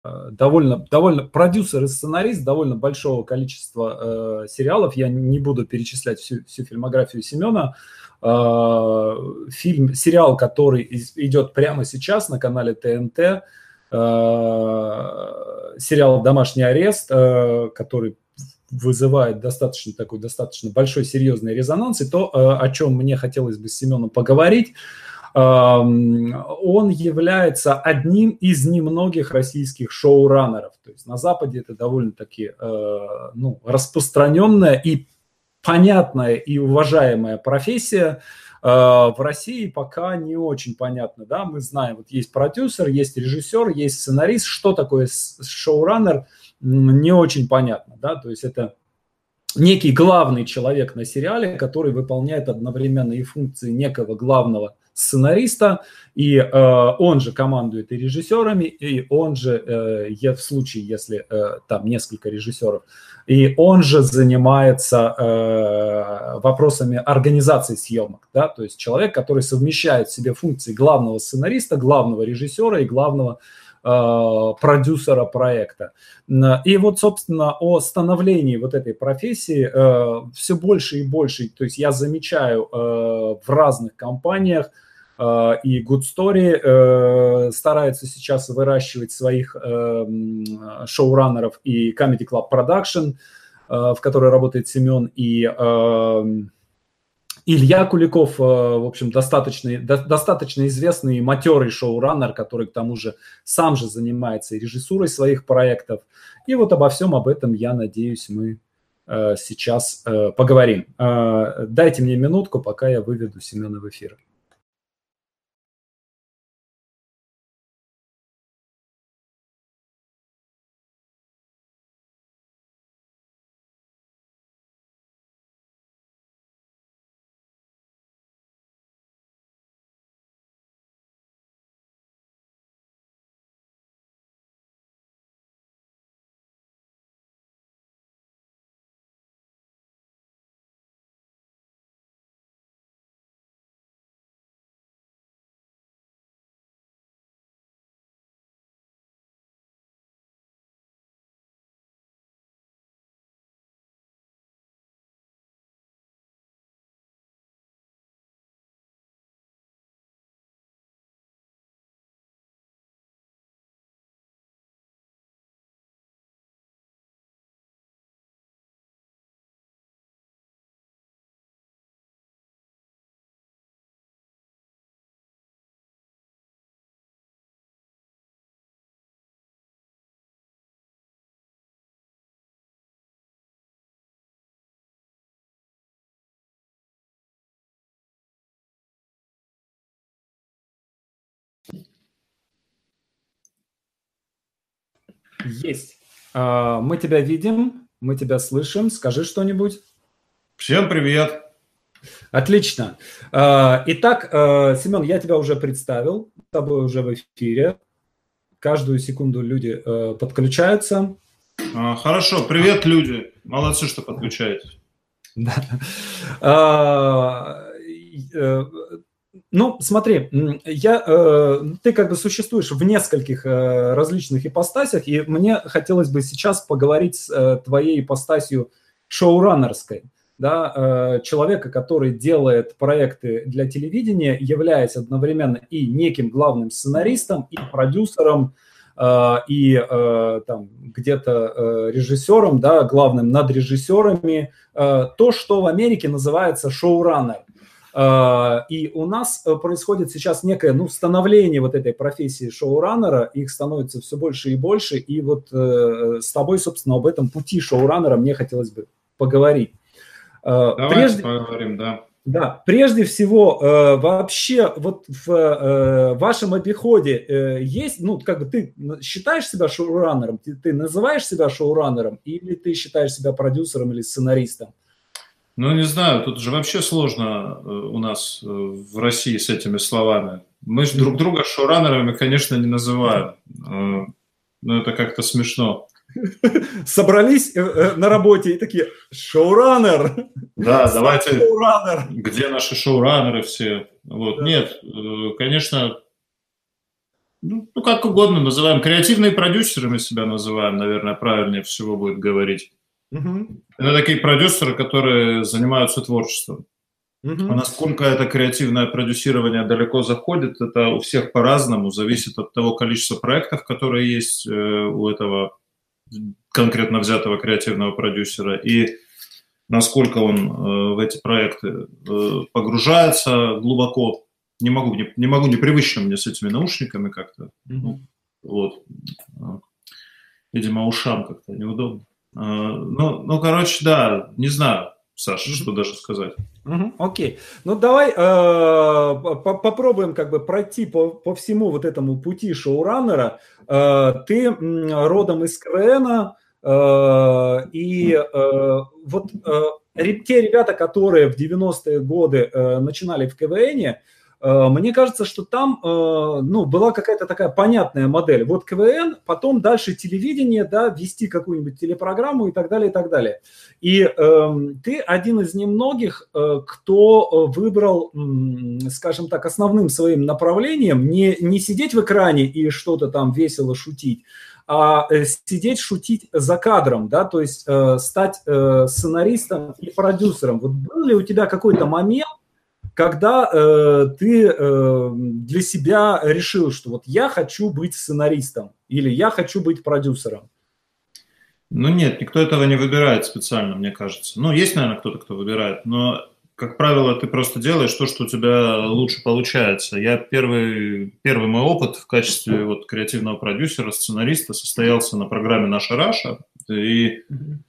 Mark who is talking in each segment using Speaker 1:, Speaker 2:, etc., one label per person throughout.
Speaker 1: довольно продюсер и сценарист довольно большого количества сериалов. Я не буду перечислять всю фильмографию Семена. Сериал, который идет прямо сейчас на канале ТНТ, сериал «Домашний арест», который вызывает достаточно большой серьезный резонанс. И то, о чем мне хотелось бы с Семеном поговорить, он является одним из немногих российских шоураннеров. То есть на Западе это довольно-таки распространенная и понятная и уважаемая профессия. В России пока не очень понятно. Да? Мы знаем, вот есть продюсер, есть режиссер, есть сценарист. Что такое шоураннер, не очень понятно. Да? То есть это некий главный человек на сериале, который выполняет одновременно и функции некого главного сценариста, и он же командует и режиссерами, и он же, в случае, если там несколько режиссеров, и он же занимается вопросами организации съемок, да, то есть человек, который совмещает в себе функции главного сценариста, главного режиссера и главного продюсера проекта. И вот, собственно, о становлении вот этой профессии все больше и больше, то есть я замечаю в разных компаниях, и Good Story старается сейчас выращивать своих шоураннеров, и Comedy Club Production, в которой работает Семен, и Илья Куликов, в общем, достаточно известный и матерый шоураннер, который, к тому же, сам же занимается и режиссурой своих проектов. И вот обо всем об этом, я надеюсь, мы сейчас поговорим. Дайте мне минутку, пока я выведу Семена в эфир. Есть. Мы тебя видим, мы тебя слышим. Скажи что-нибудь.
Speaker 2: Всем привет.
Speaker 1: Отлично. Итак, Семен, я тебя уже представил, с тобой уже в эфире. Каждую секунду люди подключаются.
Speaker 2: Хорошо, привет, люди. Молодцы, что подключаетесь.
Speaker 1: Ну, смотри, ты как бы существуешь в нескольких различных ипостасях, и мне хотелось бы сейчас поговорить с твоей ипостасью шоураннерской, да, человека, который делает проекты для телевидения, являясь одновременно и неким главным сценаристом, и продюсером, и там где-то режиссером, да, главным над режиссерами, то, что в Америке называется шоураннер. И у нас происходит сейчас некое становление вот этой профессии шоураннера, их становится все больше и больше, и вот с тобой, собственно, об этом пути шоураннера мне хотелось бы поговорить.
Speaker 2: Давайте поговорим, да.
Speaker 1: Да, прежде всего, вообще вот в вашем обиходе есть, ну, как бы ты считаешь себя шоураннером, ты называешь себя шоураннером, или ты считаешь себя продюсером или сценаристом?
Speaker 2: Ну, не знаю, тут же вообще сложно у нас в России с этими словами. Мы же друг друга шоураннерами, конечно, не называем, но это как-то смешно.
Speaker 1: Собрались на работе и такие: шоураннер.
Speaker 2: Да, давайте. Шоураннер. Где наши шоураннеры все? Вот. Да. Нет, конечно, Ну, как угодно называем. Креативные продюсеры мы себя называем, наверное, правильнее всего будет говорить. Это такие продюсеры, которые занимаются творчеством. А насколько это креативное продюсирование далеко заходит, это у всех по-разному, зависит от того количества проектов, которые есть у этого конкретно взятого креативного продюсера, и насколько он в эти проекты погружается глубоко. Не могу непривычно мне с этими наушниками как-то. Вот. Видимо, ушам как-то неудобно. Короче, да, не знаю, Саша, что даже сказать.
Speaker 1: Окей. Ну, давай попробуем как бы пройти по всему вот этому пути шоураннера. Ты родом из КВН, и вот те ребята, которые в 90-е годы начинали в КВН, мне кажется, что там была какая-то такая понятная модель. Вот КВН, потом дальше телевидение, да, вести какую-нибудь телепрограмму и так далее, и так далее. И ты один из немногих, кто выбрал, скажем так, основным своим направлением не сидеть в экране и что-то там весело шутить, а сидеть, шутить за кадром, да, то есть стать сценаристом и продюсером. Вот был ли у тебя какой-то момент, когда ты для себя решил, что вот я хочу быть сценаристом или я хочу быть продюсером?
Speaker 2: Ну нет, никто этого не выбирает специально, мне кажется. Ну, есть, наверное, кто-то, кто выбирает, но, как правило, ты просто делаешь то, что у тебя лучше получается. Первый мой опыт в качестве вот креативного продюсера, сценариста состоялся на программе «Наша Раша», и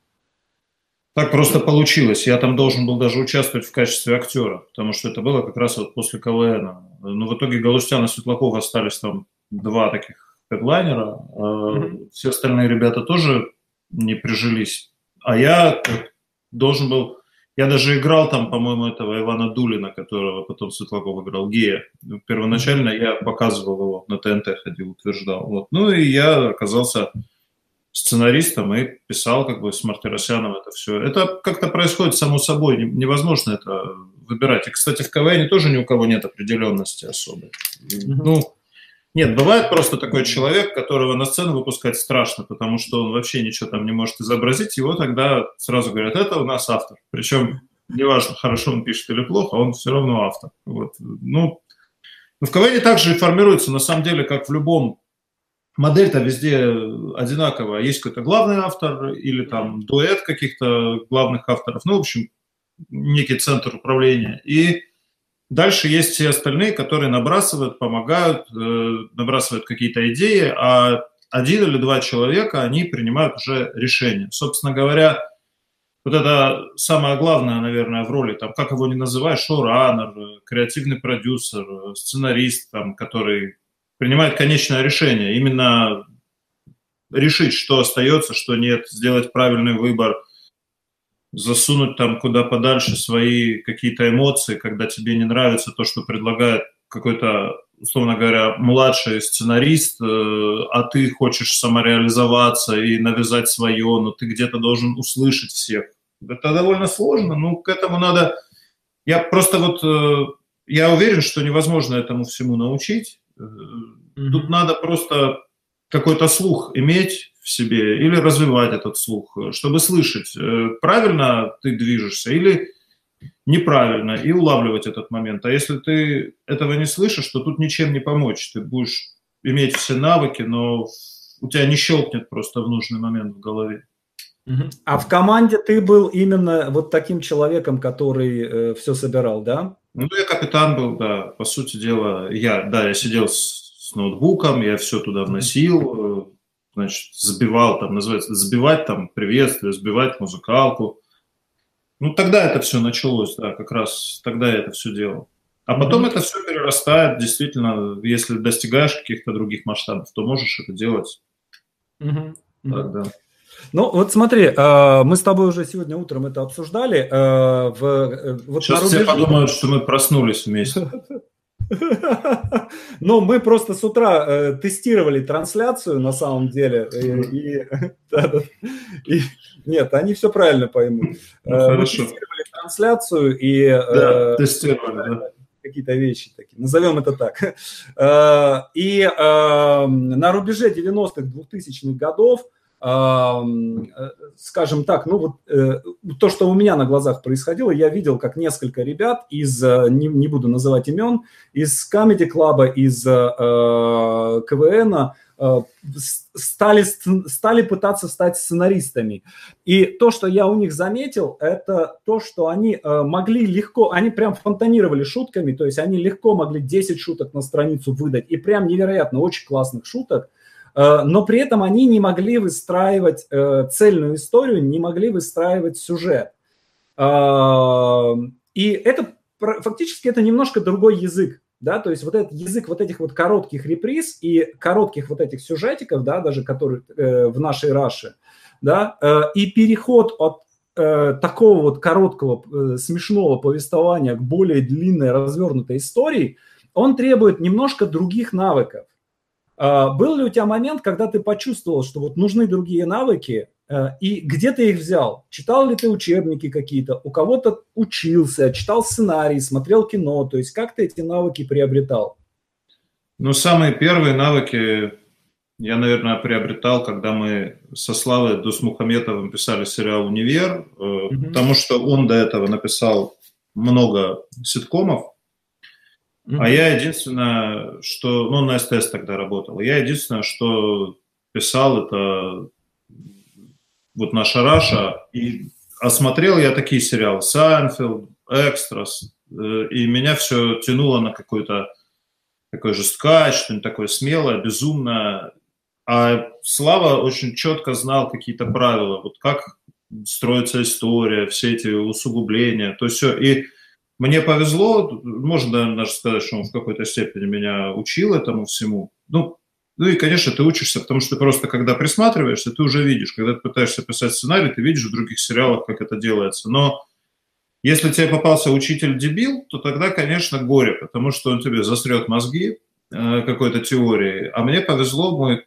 Speaker 2: так просто получилось. Я там должен был даже участвовать в качестве актера, потому что это было как раз вот после КВН. Но в итоге Галустян и Светлаков остались там два таких хедлайнера. Все остальные ребята тоже не прижились. А я должен был... Я даже играл там, по-моему, этого Ивана Дулина, которого потом Светлаков играл, гея. Первоначально я показывал его, на ТНТ ходил, утверждал. Вот. Ну и я оказался сценаристом и писал как бы с Мартиросяном это все. Это как-то происходит само собой, невозможно это выбирать. И, кстати, в КВН тоже ни у кого нет определенности особой. Ну, нет, бывает просто такой человек, которого на сцену выпускать страшно, потому что он вообще ничего там не может изобразить, его тогда сразу говорят, это у нас автор. Причем неважно, хорошо он пишет или плохо, он все равно автор. Вот. Ну, в КВН также формируется, на самом деле, как в любом. Модель-то везде одинаковая. Есть какой-то главный автор или там дуэт каких-то главных авторов. Ну, в общем, некий центр управления. И дальше есть все остальные, которые набрасывают, помогают, набрасывают какие-то идеи, а один или два человека, они принимают уже решение. Собственно говоря, вот это самое главное, наверное, в роли, там, как его ни называй, шоураннер, креативный продюсер, сценарист, там, который принимает конечное решение, именно решить, что остается, что нет, сделать правильный выбор, засунуть там куда подальше свои какие-то эмоции, когда тебе не нравится то, что предлагает какой-то, условно говоря, младший сценарист, а ты хочешь самореализоваться и навязать свое, но ты где-то должен услышать всех. Это довольно сложно, но к этому надо... Я уверен, что невозможно этому всему научить. Тут надо просто какой-то слух иметь в себе или развивать этот слух, чтобы слышать, правильно ты движешься или неправильно, и улавливать этот момент. А если ты этого не слышишь, то тут ничем не помочь. Ты будешь иметь все навыки, но у тебя не щелкнет просто в нужный момент в голове.
Speaker 1: А в команде ты был именно вот таким человеком, который все собирал, да?
Speaker 2: Ну, я капитан был, да, по сути дела. Я сидел с ноутбуком, я все туда вносил, значит, забивал, там, называется, забивать там приветствие, забивать музыкалку. Ну, тогда это все началось, да, как раз тогда я это все делал. А потом это все перерастает, действительно, если достигаешь каких-то других масштабов, то можешь это делать. Так, да.
Speaker 1: Ну, вот смотри, мы с тобой уже сегодня утром это обсуждали.
Speaker 2: Сейчас все подумают, что мы проснулись вместе.
Speaker 1: Ну, мы просто с утра тестировали трансляцию, на самом деле. Нет, они все правильно поймут. Мы тестировали трансляцию и...
Speaker 2: Да, тестировали, да.
Speaker 1: какие-то вещи такие, назовем это так. И на рубеже 90-х, 2000-х годов, скажем так, ну вот то, что у меня на глазах происходило, я видел, как несколько ребят из, не буду называть имен, из Comedy Club, из КВН стали пытаться стать сценаристами. И то, что я у них заметил, это то, что они могли легко, они прям фонтанировали шутками, то есть они легко могли 10 шуток на страницу выдать, и прям невероятно очень классных шуток, но при этом они не могли выстраивать цельную историю, не могли выстраивать сюжет. И это фактически это немножко другой язык. Да, то есть вот этот язык вот этих вот коротких реприз и коротких вот этих сюжетиков, да, даже которые в нашей Раше, да, и переход от такого вот короткого смешного повествования к более длинной развернутой истории, он требует немножко других навыков. Был ли у тебя момент, когда ты почувствовал, что вот нужны другие навыки, и где ты их взял? Читал ли ты учебники какие-то, у кого-то учился, читал сценарий, смотрел кино, то есть как ты эти навыки приобретал?
Speaker 2: Ну, самые первые навыки я, наверное, приобретал, когда мы со Славой Дусмухаметовым писали сериал «Универ», потому что он до этого написал много ситкомов, а я единственное, что... Ну, на СТС тогда работал. Я единственное, что писал, это вот наша Раша. И осмотрел я такие сериалы: «Сайнфелд», «Экстрас». И меня все тянуло на какой-то такой же скач, что-нибудь такое смелое, безумное. А Слава очень четко знал какие-то правила. Вот как строится история, все эти усугубления, то есть все. И мне повезло, можно, наверное, даже сказать, что он в какой-то степени меня учил этому всему. Ну и, конечно, ты учишься, потому что просто, когда присматриваешься, ты уже видишь. Когда ты пытаешься писать сценарий, ты видишь в других сериалах, как это делается. Но если тебе попался учитель-дебил, то тогда, конечно, горе, потому что он тебе засрет мозги какой-то теорией. А мне повезло, мой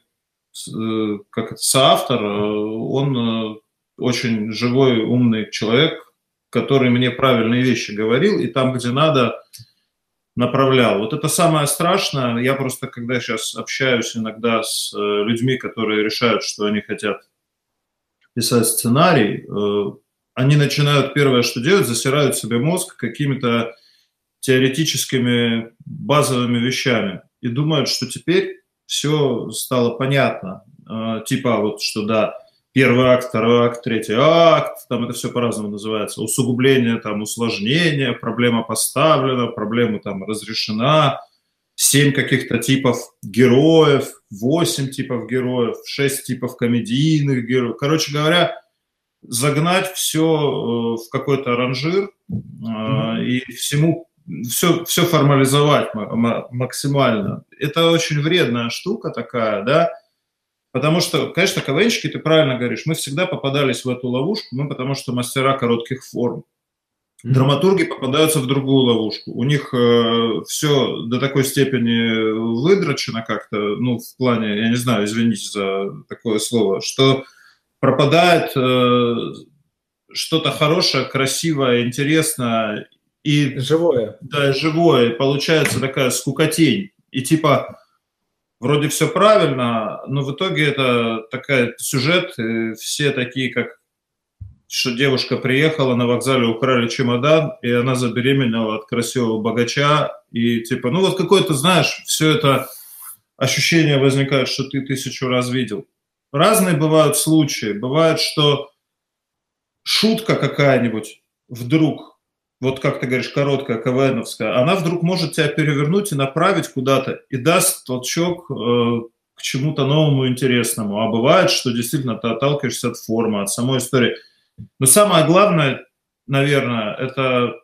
Speaker 2: соавтор, он очень живой, умный человек, который мне правильные вещи говорил, и там, где надо, направлял. Вот это самое страшное. Я просто, когда сейчас общаюсь иногда с людьми, которые решают, что они хотят писать сценарий, они начинают, первое, что делают, засирают себе мозг какими-то теоретическими базовыми вещами и думают, что теперь все стало понятно. Типа вот, что да, первый акт, второй акт, третий акт, там это все по-разному называется. Усугубление, там, усложнение, проблема поставлена, проблема там разрешена, 7 каких-то типов героев, 8 типов героев, 6 типов комедийных героев. Короче говоря, загнать все в какой-то ранжир и все формализовать максимально. Это очень вредная штука такая, да, потому что, конечно, КВНщики, ты правильно говоришь, мы всегда попадались в эту ловушку, мы потому что мастера коротких форм. Драматурги попадаются в другую ловушку. У них все до такой степени выдрочено как-то, ну, в плане, я не знаю, извините за такое слово, что пропадает что-то хорошее, красивое, интересное и
Speaker 1: живое.
Speaker 2: Да, живое. Получается такая скукотень. И типа вроде все правильно, но в итоге это такой сюжет, все такие, как что девушка приехала на вокзале, украли чемодан, и она забеременела от красивого богача, и типа, ну вот какое-то, знаешь, все это ощущение возникает, что ты 1000 раз видел. Разные бывают случаи. Бывает, что шутка какая-нибудь вдруг, вот как ты говоришь, короткая, КВНовская, она вдруг может тебя перевернуть и направить куда-то, и даст толчок к чему-то новому, интересному. А бывает, что действительно ты отталкиваешься от формы, от самой истории. Но самое главное, наверное, это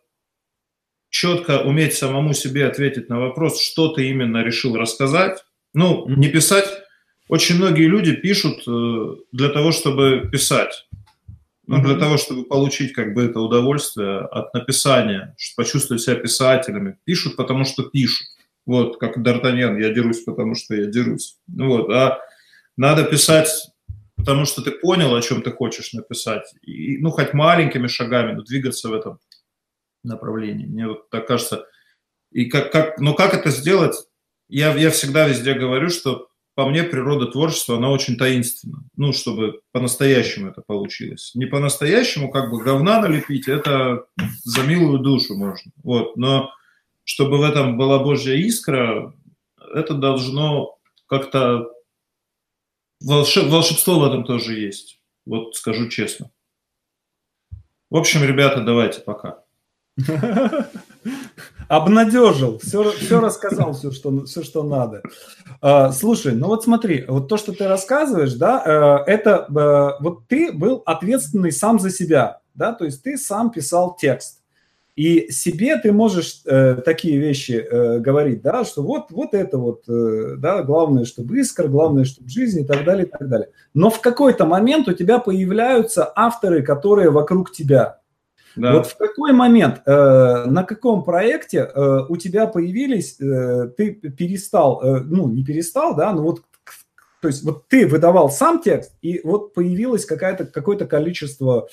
Speaker 2: четко уметь самому себе ответить на вопрос, что ты именно решил рассказать. Ну, не писать. Очень многие люди пишут для того, чтобы писать. Ну, для того, чтобы получить как бы это удовольствие от написания, чтобы почувствовать себя писателями. Пишут, потому что пишут. Вот, как Д'Артаньян, я дерусь, потому что я дерусь. Вот, а надо писать, потому что ты понял, о чем ты хочешь написать. И, ну, хоть маленькими шагами, но двигаться в этом направлении. Мне вот так кажется, И но как это сделать? Я всегда везде говорю, что по мне природа творчества, она очень таинственна. Ну, чтобы по-настоящему это получилось. Не по-настоящему как бы говна налепить, это за милую душу можно. Вот. Но чтобы в этом была Божья искра, это должно как-то... Волшебство в этом тоже есть. Вот скажу честно. В общем, ребята, давайте пока.
Speaker 1: Обнадежил, все рассказал, все, что надо. Слушай, ну вот смотри, вот то, что ты рассказываешь, да, это вот ты был ответственный сам за себя, да, то есть ты сам писал текст. И себе ты можешь такие вещи говорить, да, что вот это вот, да, главное, чтобы искра, главное, чтобы жизнь и так далее, и так далее. Но в какой-то момент у тебя появляются авторы, которые вокруг тебя. Да. Вот в какой момент, на каком проекте у тебя появились, ты перестал, ну, не перестал, да, но вот, то есть вот ты выдавал сам текст, и вот появилось какое-то количество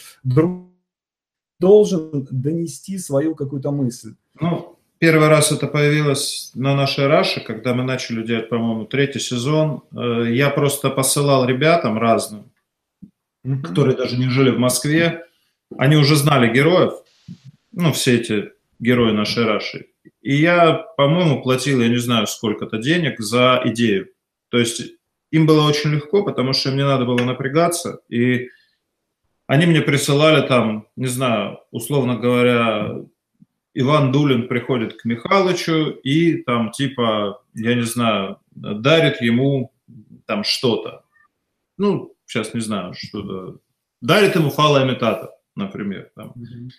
Speaker 1: должен донести свою какую-то мысль.
Speaker 2: Ну, первый раз это появилось на нашей Раше, когда мы начали делать, по-моему, 3-й сезон. Я просто посылал ребятам разным, которые даже не жили в Москве. Они уже знали героев, ну, все эти герои нашей Раши. И я, по-моему, платил, я не знаю, сколько-то денег за идею. То есть им было очень легко, потому что мне надо было напрягаться. И они мне присылали там, не знаю, условно говоря, Иван Дулин приходит к Михалычу и там типа, я не знаю, дарит ему там что-то. Ну, сейчас не знаю, что-то. Дарит ему фалоимитатор, например. Там.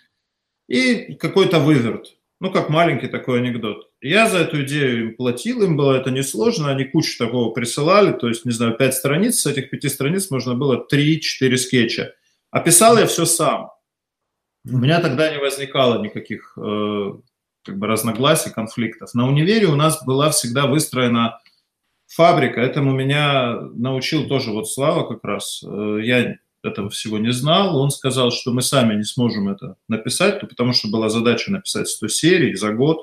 Speaker 2: И какой-то выверт. Ну, как маленький такой анекдот. Я за эту идею им платил, им было это несложно, они кучу такого присылали, то есть, не знаю, 5 страниц, с этих 5 страниц можно было 3-4 скетча. А писал я все сам. У меня тогда не возникало никаких как бы разногласий, конфликтов. На универе у нас была всегда выстроена фабрика. Этому меня научил тоже вот Слава как раз. Я этого всего не знал. Он сказал, что мы сами не сможем это написать, потому что была задача написать 100 серий за год.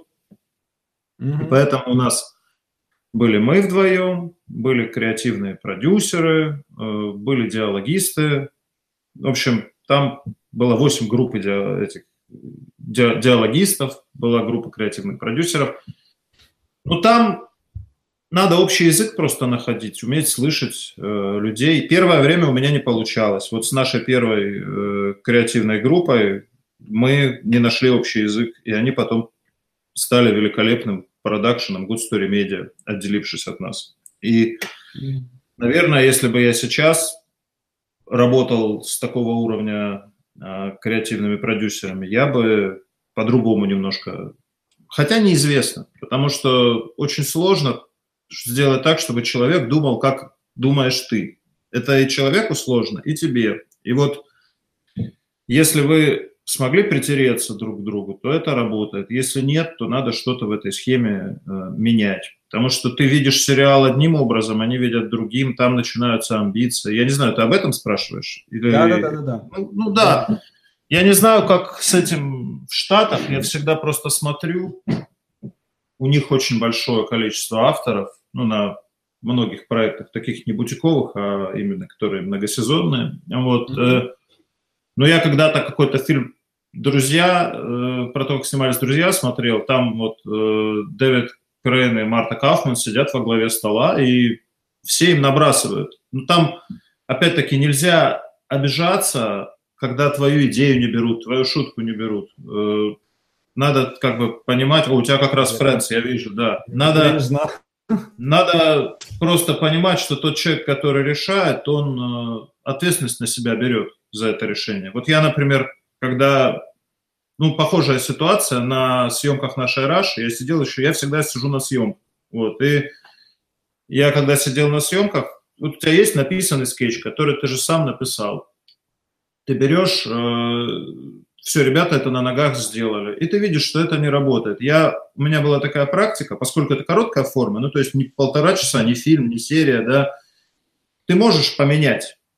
Speaker 2: И поэтому у нас были мы вдвоем, были креативные продюсеры, были диалогисты. В общем, там было 8 групп этих диалогистов, была группа креативных продюсеров. Но там надо общий язык просто находить, уметь слышать людей. Первое время у меня не получалось. Вот с нашей первой креативной группой мы не нашли общий язык, и они потом стали великолепным продакшеном Good Story Media, отделившись от нас. И, наверное, если бы я сейчас работал с такого уровня креативными продюсерами, я бы по-другому немножко... Хотя неизвестно, потому что очень сложно сделать так, чтобы человек думал, как думаешь ты. Это и человеку сложно, и тебе. И вот если вы смогли притереться друг к другу, то это работает. Если нет, то надо что-то в этой схеме менять. Потому что ты видишь сериал одним образом, они видят другим, там начинаются амбиции. Я не знаю, ты об этом спрашиваешь? Или...
Speaker 1: Да.
Speaker 2: Ну да. Я не знаю, как с этим в Штатах. Я всегда просто смотрю. У них очень большое количество авторов, ну, на многих проектах, таких не бутиковых, а именно которые многосезонные. Вот. Но я когда-то какой-то фильм «Друзья», про то, как снимались «Друзья», смотрел. Там вот Дэвид Крейн и Марта Кауфман сидят во главе стола, и все им набрасывают. Ну, там, опять-таки, нельзя обижаться, когда твою идею не берут, твою шутку не берут. Надо как бы понимать, у тебя как раз Friends, я вижу, да. Надо просто понимать, что тот человек, который решает, он ответственность на себя берет за это решение. Вот я, например, когда, ну, похожая ситуация на съемках нашей Раши, я всегда сижу на съемках. Вот, и я когда сидел на съемках, вот у тебя есть написанный скетч, который ты же сам написал. Ты берешь, все, ребята это на ногах сделали, и ты видишь, что это не работает. У меня была такая практика, поскольку это короткая форма, ну, то есть не 1,5 часа, не фильм, не серия, да, ты можешь поменять.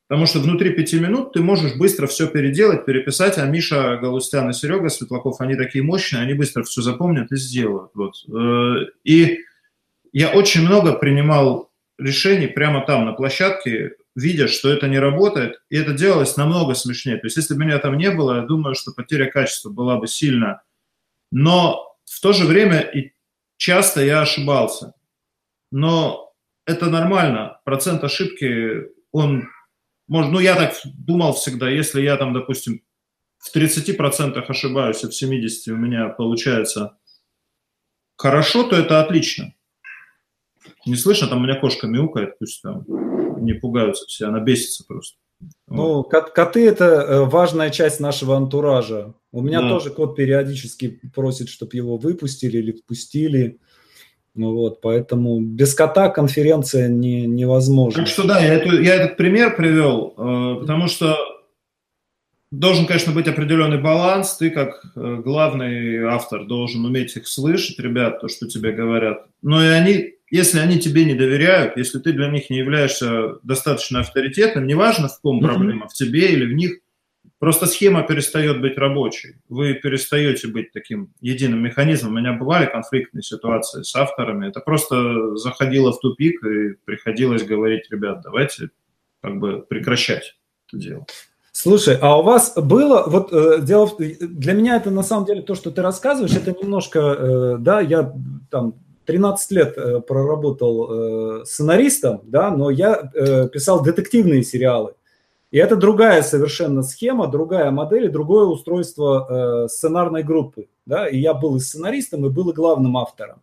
Speaker 2: Потому что внутри 5 минут ты можешь быстро все переделать, переписать, а Миша Галустян и Серега Светлаков, они такие мощные, они быстро все запомнят и сделают. Вот. И я очень много принимал решений прямо там, на площадке, видя, что это не работает, и это делалось намного смешнее. То есть если бы меня там не было, я думаю, что потеря качества была бы сильно. Но в то же время и часто я ошибался. Но это нормально. Процент ошибки, он... Может, ну, я так думал всегда, если я там, допустим, в 30% ошибаюсь, а в 70% у меня получается хорошо, то это отлично. Не слышно, там у меня кошка мяукает, пусть там не пугаются все, она бесится просто.
Speaker 1: Ну, коты – это важная часть нашего антуража. У меня тоже кот периодически просит, чтобы его выпустили или впустили. Ну вот, поэтому без кота конференция невозможна.
Speaker 2: Так что да, я этот пример привел, потому что должен, конечно, быть определенный баланс. Ты, как главный автор, должен уметь их слышать, ребят, то, что тебе говорят. Но и они, если они тебе не доверяют, если ты для них не являешься достаточно авторитетным, неважно, в ком проблема, в тебе или в них, просто схема перестает быть рабочей. Вы перестаете быть таким единым механизмом. У меня бывали конфликтные ситуации с авторами. Это просто заходило в тупик, и приходилось говорить: ребят, давайте как бы прекращать это дело.
Speaker 1: Слушай, а у вас было, вот дело, для меня это на самом деле то, что ты рассказываешь, это немножко, да, я там 13 лет проработал сценаристом, да, но я писал детективные сериалы. И это другая совершенно схема, другая модель, и другое устройство сценарной группы. Да? И я был и сценаристом, и был и главным автором.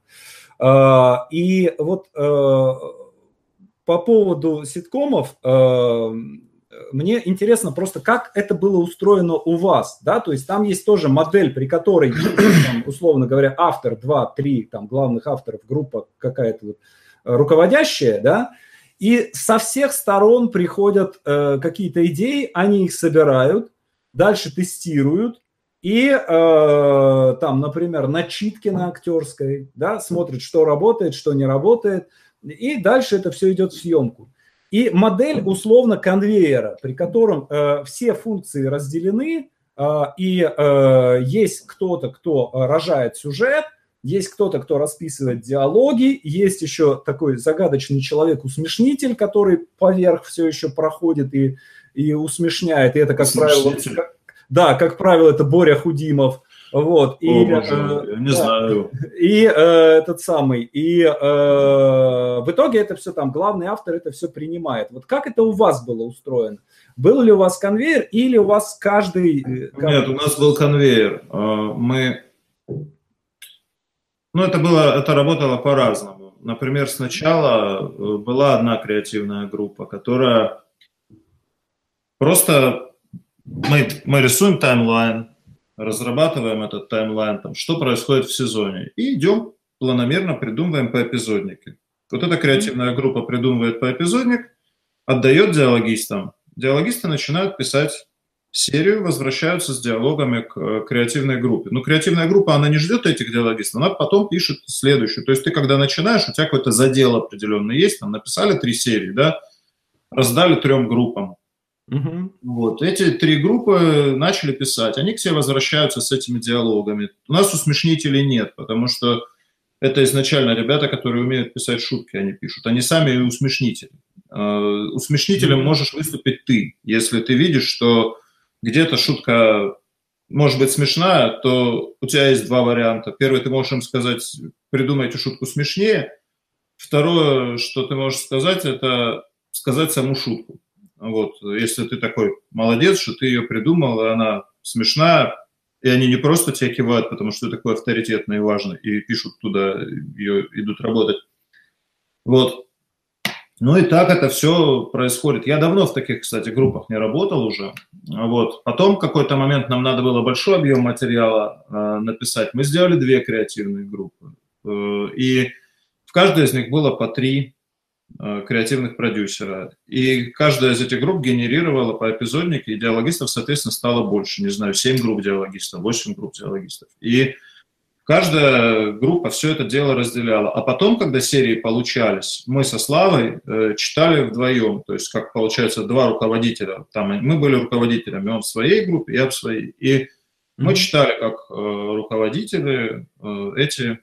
Speaker 1: И вот по поводу ситкомов, мне интересно просто, как это было устроено у вас. Да? То есть там есть тоже модель, при которой, там, условно говоря, автор, 2-3 там, главных авторов, группа какая-то вот, руководящая, да, и со всех сторон приходят какие-то идеи, они их собирают, дальше тестируют, и там, например, начитки на актерской, да, смотрят, что работает, что не работает, и дальше это все идет в съемку. И модель условно конвейера, при котором все функции разделены, и есть кто-то, кто рожает сюжет, есть кто-то, кто расписывает диалоги, есть еще такой загадочный человек-усмешнитель, который поверх все еще проходит и усмешняет. И это, как правило, как правило, это Боря Худимов. Вот. И,
Speaker 2: не знаю.
Speaker 1: И этот самый. И в итоге это все там, главный автор это все принимает. Вот как это у вас было устроено? Был ли у вас конвейер или у вас каждый...
Speaker 2: Нет, у нас был конвейер. Это работало по-разному. Например, сначала была одна креативная группа, которая просто мы рисуем таймлайн, разрабатываем этот таймлайн, там, что происходит в сезоне, и идем планомерно придумываем поэпизодники. Вот эта креативная группа придумывает поэпизодник, отдает диалогистам. Диалогисты начинают писать серию, возвращаются с диалогами к креативной группе. Но креативная группа, она не ждет этих диалогистов, она потом пишет следующую. То есть ты, когда начинаешь, у тебя какой-то задел определенный есть, там написали 3 серии, да, раздали 3 группам. Вот. Эти 3 группы начали писать, они к себе возвращаются с этими диалогами. У нас усмешнителей нет, потому что это изначально ребята, которые умеют писать шутки, они пишут. Они сами и усмешнители. Усмешнителем можешь выступить ты, если ты видишь, что где-то шутка может быть смешная, то у тебя есть 2 варианта. Первый, ты можешь им сказать: придумайте шутку смешнее. Второе, что ты можешь сказать, это сказать саму шутку. Вот. Если ты такой молодец, что ты ее придумал, и она смешная, и они не просто тебя кивают, потому что ты такой авторитетный и важный, и пишут туда, ее идут работать. Вот. Ну и так это все происходит. Я давно в таких, кстати, группах не работал уже. Вот. Потом в какой-то момент нам надо было большой объем материала написать. Мы сделали 2 креативные группы. И в каждой из них было по 3 креативных продюсера. И каждая из этих групп генерировала по эпизоднике, и диалогистов, соответственно, стало больше. Не знаю, 7 групп диалогистов, 8 групп диалогистов. И каждая группа все это дело разделяла. А потом, когда серии получались, мы со Славой читали вдвоем. То есть, как получается, два руководителя. Там мы были руководителями, он в своей группе, я в своей. И мы читали как руководители эти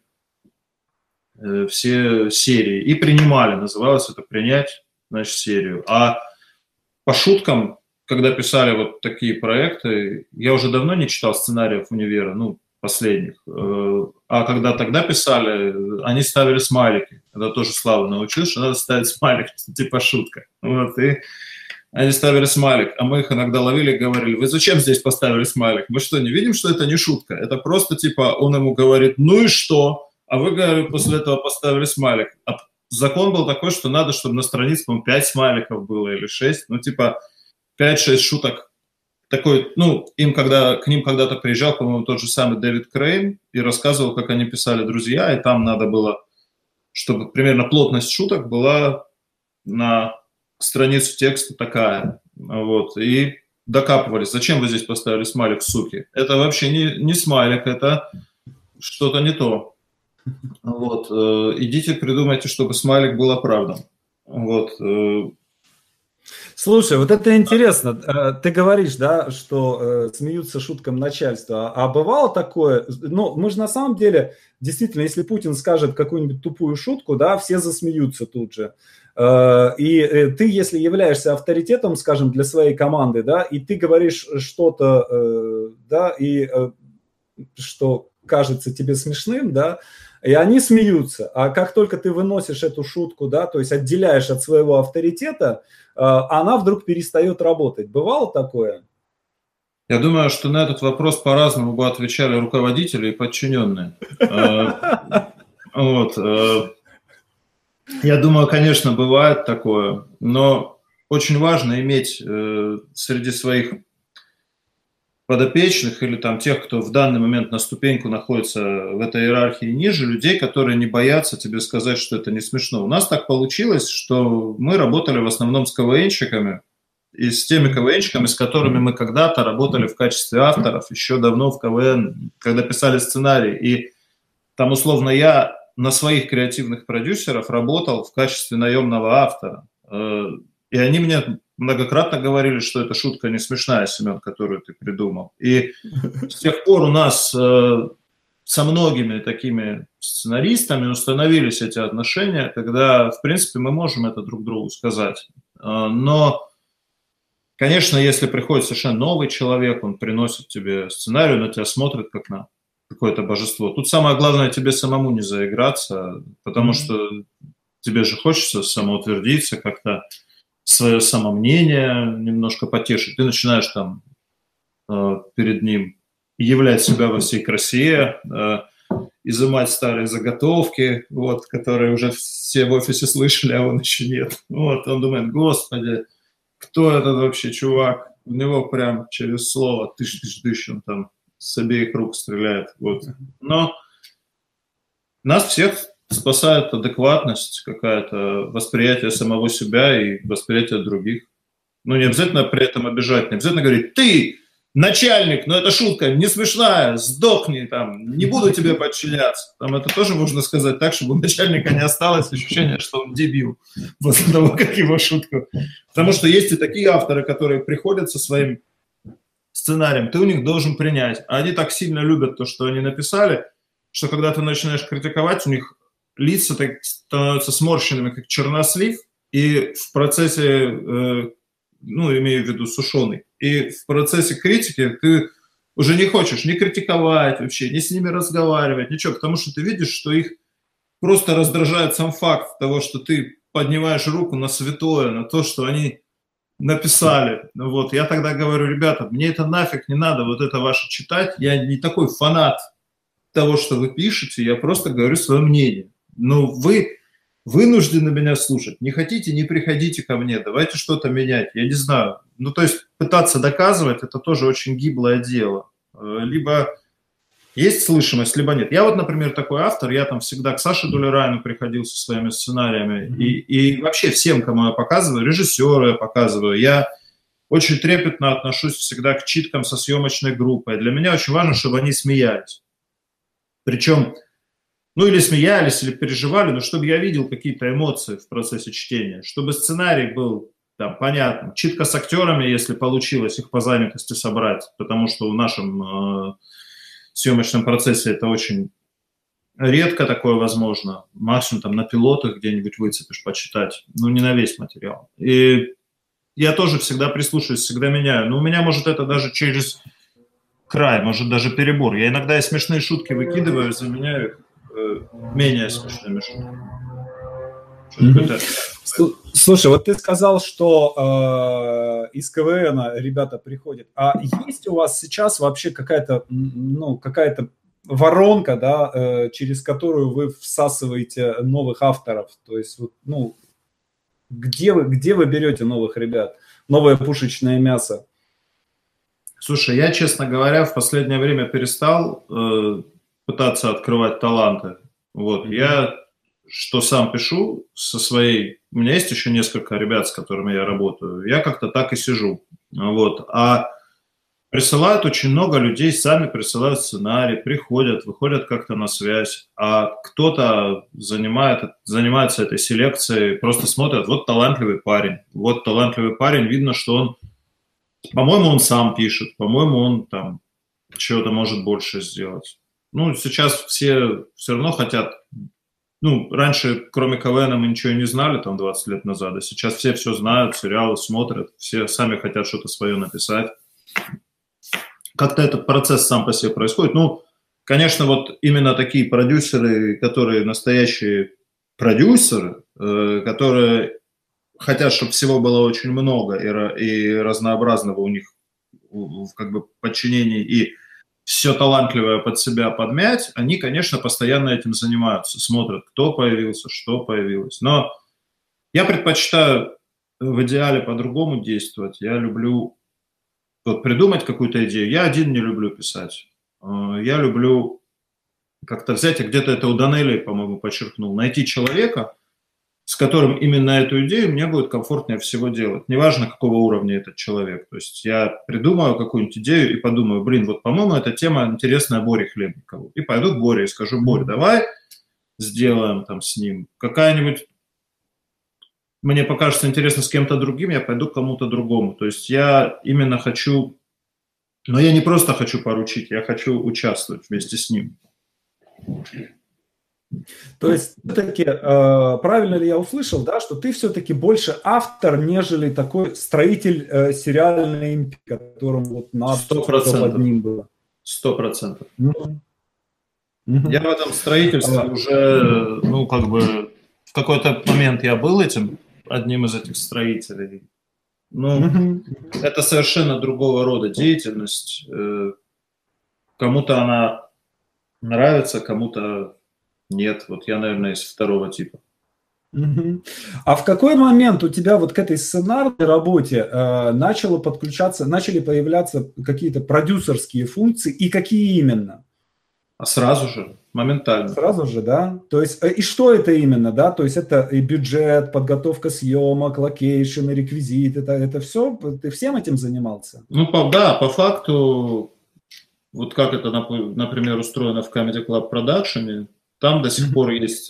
Speaker 2: все серии. И принимали, называлось это «принять, значит, серию». А по шуткам, когда писали вот такие проекты, я уже давно не читал сценариев универа, ну, последних. А когда тогда писали, они ставили смайлики. Это тоже Слава научил, что надо ставить смайлик, типа шутка. Вот, и они ставили смайлик, а мы их иногда ловили и говорили: вы зачем здесь поставили смайлик? Мы что, не видим, что это не шутка? Это просто типа он ему говорит: ну и что? А вы, говорю, после этого поставили смайлик. А закон был такой, что надо, чтобы на странице, по-моему, 5 смайликов было или 6. Ну, типа 5-6 шуток. Такой, ну, к ним когда-то приезжал, по-моему, тот же самый Дэвид Крейн и рассказывал, как они писали «Друзья», и там надо было, чтобы примерно плотность шуток была на страницу текста такая. Вот, и докапывались. Зачем вы здесь поставили смайлик, суки? Это вообще не смайлик, это что-то не то. Вот, идите придумайте, чтобы смайлик был оправдан. Вот.
Speaker 1: Слушай, вот это интересно. Ты говоришь, да, что смеются шуткам начальства. А бывало такое? Ну, мы же на самом деле, действительно, если Путин скажет какую-нибудь тупую шутку, да, все засмеются тут же. И ты, если являешься авторитетом, скажем, для своей команды, да, и ты говоришь что-то, да, и что кажется тебе смешным, да, и они смеются. А как только ты выносишь эту шутку, да, то есть отделяешь от своего авторитета, она вдруг перестает работать. Бывало такое?
Speaker 2: Я думаю, что на этот вопрос по-разному бы отвечали руководители и подчиненные. Вот. Я думаю, конечно, бывает такое, но очень важно иметь среди своих подопечных или там тех, кто в данный момент на ступеньку находится в этой иерархии ниже, людей, которые не боятся тебе сказать, что это не смешно. У нас так получилось, что мы работали в основном с КВНщиками, и с теми КВНщиками, с которыми мы когда-то работали в качестве авторов, еще давно в КВН, когда писали сценарий. И там, условно, я на своих креативных продюсеров работал в качестве наемного автора. И они мне многократно говорили, что эта шутка не смешная, Семен, которую ты придумал. И с тех пор у нас со многими такими сценаристами установились эти отношения, когда, в принципе, мы можем это друг другу сказать. Но, конечно, если приходит совершенно новый человек, он приносит тебе сценарий, на тебя смотрит как на какое-то божество. Тут самое главное тебе самому не заиграться, потому что тебе же хочется самоутвердиться, как-то свое самомнение немножко потешить. Ты начинаешь там перед ним являть себя во всей красе, изымать старые заготовки, вот, которые уже все в офисе слышали, а он еще нет. Вот, он думает: господи, кто этот вообще чувак? У него прям через слово тыщ-тыщ-тыщ, он там с обеих рук стреляет. Вот. Но нас всех спасает адекватность, какая-то восприятие самого себя и восприятие других. Ну, не обязательно при этом обижать, не обязательно говорить: ты начальник, но это шутка не смешная, сдохни, там, не буду тебе подчиняться. Там это тоже можно сказать так, чтобы у начальника не осталось ощущения, что он дебил после того, как его шутку. Потому что есть и такие авторы, которые приходят со своим сценарием, ты у них должен принять. А они так сильно любят то, что они написали, что когда ты начинаешь критиковать, у них лица так становятся сморщенными, как чернослив, и в процессе, ну, имею в виду сушеный, и в процессе критики ты уже не хочешь ни критиковать вообще, ни с ними разговаривать, ничего, потому что ты видишь, что их просто раздражает сам факт того, что ты поднимаешь руку на святое, на то, что они написали. Вот, я тогда говорю: ребята, мне это нафиг не надо, вот это ваше читать, я не такой фанат того, что вы пишете, я просто говорю свое мнение. Но вы вынуждены меня слушать. Не хотите, не приходите ко мне, давайте что-то менять. Я не знаю. Ну, то есть пытаться доказывать — это тоже очень гиблое дело. Либо есть слышимость, либо нет. Я вот, например, такой автор, я там всегда к Саше Дулерайну приходил со своими сценариями. И вообще всем, кому я показываю, режиссеру я показываю, я очень трепетно отношусь всегда к читкам со съемочной группой. Для меня очень важно, чтобы они смеялись. Причем, ну или смеялись, или переживали, но чтобы я видел какие-то эмоции в процессе чтения, чтобы сценарий был там понятным. Читка с актерами, если получилось их по занятости собрать, потому что в нашем съемочном процессе это очень редко такое возможно. Максимум там на пилотах где-нибудь выцепишь почитать, ну не на весь материал. И я тоже всегда прислушиваюсь, всегда меняю. Но у меня, может, это даже через край, может, даже перебор. Я иногда и смешные шутки выкидываю, заменяю их менее смешными шутками.
Speaker 1: Слушай, вот ты сказал, что из КВН ребята приходят. А есть у вас сейчас вообще какая-то, ну, какая-то воронка, да, через которую вы всасываете новых авторов? То есть, вот, ну, где вы берете новых ребят, новое пушечное мясо?
Speaker 2: Слушай, я, честно говоря, в последнее время перестал пытаться открывать таланты. Вот, я что сам пишу со своей... У меня есть еще несколько ребят, с которыми я работаю. Я как-то так и сижу. Вот. А присылают очень много людей, сами присылают сценарий, приходят, выходят как-то на связь. А кто-то занимается этой селекцией, просто смотрят, вот талантливый парень. Вот талантливый парень, видно, что он... По-моему, он сам пишет, по-моему, он там чего-то может больше сделать. Ну, сейчас все равно хотят... Ну, раньше, кроме КВН, мы ничего не знали, там, 20 лет назад, а сейчас все знают, сериалы смотрят, все сами хотят что-то свое написать. Как-то этот процесс сам по себе происходит. Ну, конечно, вот именно такие продюсеры, которые настоящие продюсеры, которые хотят, чтобы всего было очень много и разнообразного у них как бы подчинении, и все талантливое под себя подмять, они, конечно, постоянно этим занимаются, смотрят, кто появился, что появилось. Но я предпочитаю в идеале по-другому действовать. Я люблю вот придумать какую-то идею. Я один не люблю писать. Я люблю как-то взять, и где-то это у Данелли, по-моему, подчеркнул, найти человека, с которым именно эту идею мне будет комфортнее всего делать. Неважно, какого уровня этот человек. То есть я придумаю какую-нибудь идею и подумаю, блин, вот, по-моему, эта тема интересная Боре Хлебникову. И пойду к Боре и скажу, Борь, давай сделаем там с ним какая-нибудь... Мне покажется интересно с кем-то другим, я пойду к кому-то другому. То есть я именно хочу... Но я не просто хочу поручить, я хочу участвовать вместе с ним.
Speaker 1: То есть, все-таки, правильно ли я услышал, да, что ты все-таки больше автор, нежели такой строитель сериальной империи, которым вот надо, чтобы под ним было?
Speaker 2: 100%. Я в этом строительстве уже, ну, как бы, в какой-то момент я был одним из этих строителей. Ну, это совершенно другого рода деятельность. Кому-то она нравится, кому-то нет. Вот я, наверное, из второго типа.
Speaker 1: А в какой момент у тебя вот к этой сценарной работе начали появляться какие-то продюсерские функции, и какие именно?
Speaker 2: А сразу же, моментально.
Speaker 1: Сразу же, да? То есть, и что это именно, да? То есть это и бюджет, подготовка съемок, локейшн, реквизит, это все? Ты всем этим занимался?
Speaker 2: Ну, да, по факту, вот как это, например, устроено в Comedy Club Production, там до сих пор есть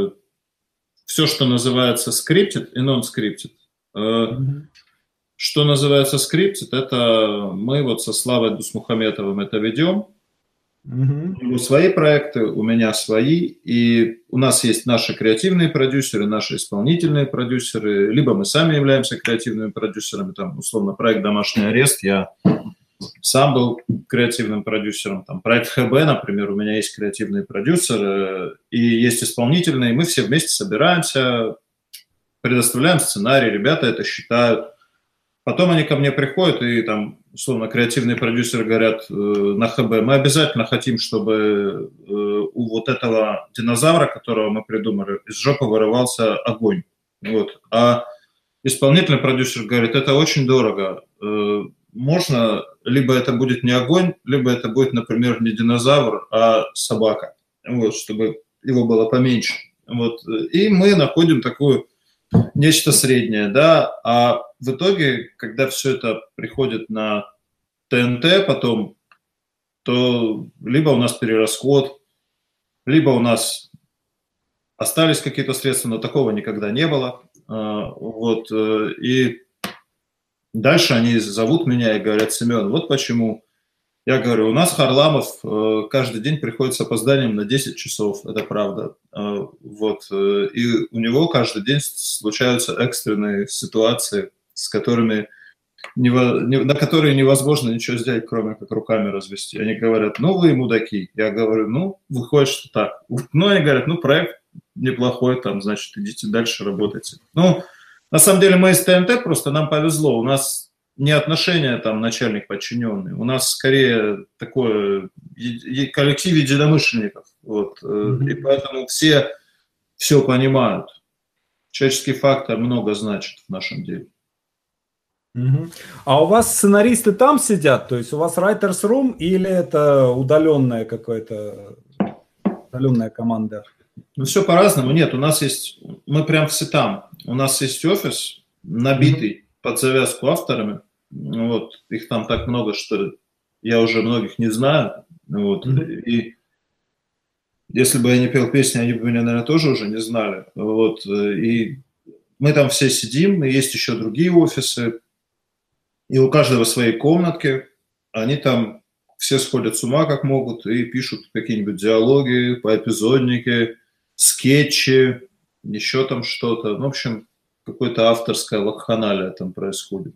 Speaker 2: все, что называется scripted и non-scripted. Что называется scripted, это мы вот со Славой Дусмухаметовым это ведем. У него свои проекты, у меня свои, и у нас есть наши креативные продюсеры, наши исполнительные продюсеры, либо мы сами являемся креативными продюсерами, там, условно, проект «Домашний арест», я сам был креативным продюсером, там, проект ХБ, например, у меня есть креативный продюсер, и есть исполнительные, мы все вместе собираемся, предоставляем сценарий, ребята это считают. Потом они ко мне приходят и там, условно, креативные продюсеры говорят на ХБ, мы обязательно хотим, чтобы у вот этого динозавра, которого мы придумали, из жопы вырывался огонь. Вот. А исполнительный продюсер говорит, это очень дорого. Можно, либо это будет не огонь, либо это будет, например, не динозавр, а собака. Вот, чтобы его было поменьше. Вот. И мы находим такую... Нечто среднее, да, а в итоге, когда все это приходит на ТНТ потом, то либо у нас перерасход, либо у нас остались какие-то средства, но такого никогда не было. Вот, и дальше они зовут меня и говорят: Семен, вот почему. Я говорю, у нас Харламов каждый день приходит с опозданием на 10 часов, это правда. Вот, и у него каждый день случаются экстренные ситуации, с которыми на которые невозможно ничего сделать, кроме как руками развести. Они говорят, ну вы мудаки. Я говорю, ну выходит, что так. Ну они говорят, ну проект неплохой, там, значит, идите дальше, работайте. Ну, на самом деле мы из ТНТ, просто нам повезло, у нас не отношения там начальник-подчиненный, у нас скорее такой коллектив единомышленников, вот, и поэтому все понимают. Человеческий фактор много значит в нашем деле.
Speaker 1: А у вас сценаристы там сидят, то есть у вас writers room или это удаленная какая-то, удаленная команда?
Speaker 2: Ну, все по-разному. Нет, у нас есть, мы прям все там. У нас есть офис, набитый под завязку авторами. Вот, их там так много, что я уже многих не знаю. Вот, и если бы я не пел песни, они бы меня, наверное, тоже уже не знали. Вот, и мы там все сидим, и есть еще другие офисы, и у каждого свои комнатки. Они там все сходят с ума как могут и пишут какие-нибудь диалоги, поэпизодники, скетчи, еще там что-то. В общем, какое-то авторское вакханалия там происходит.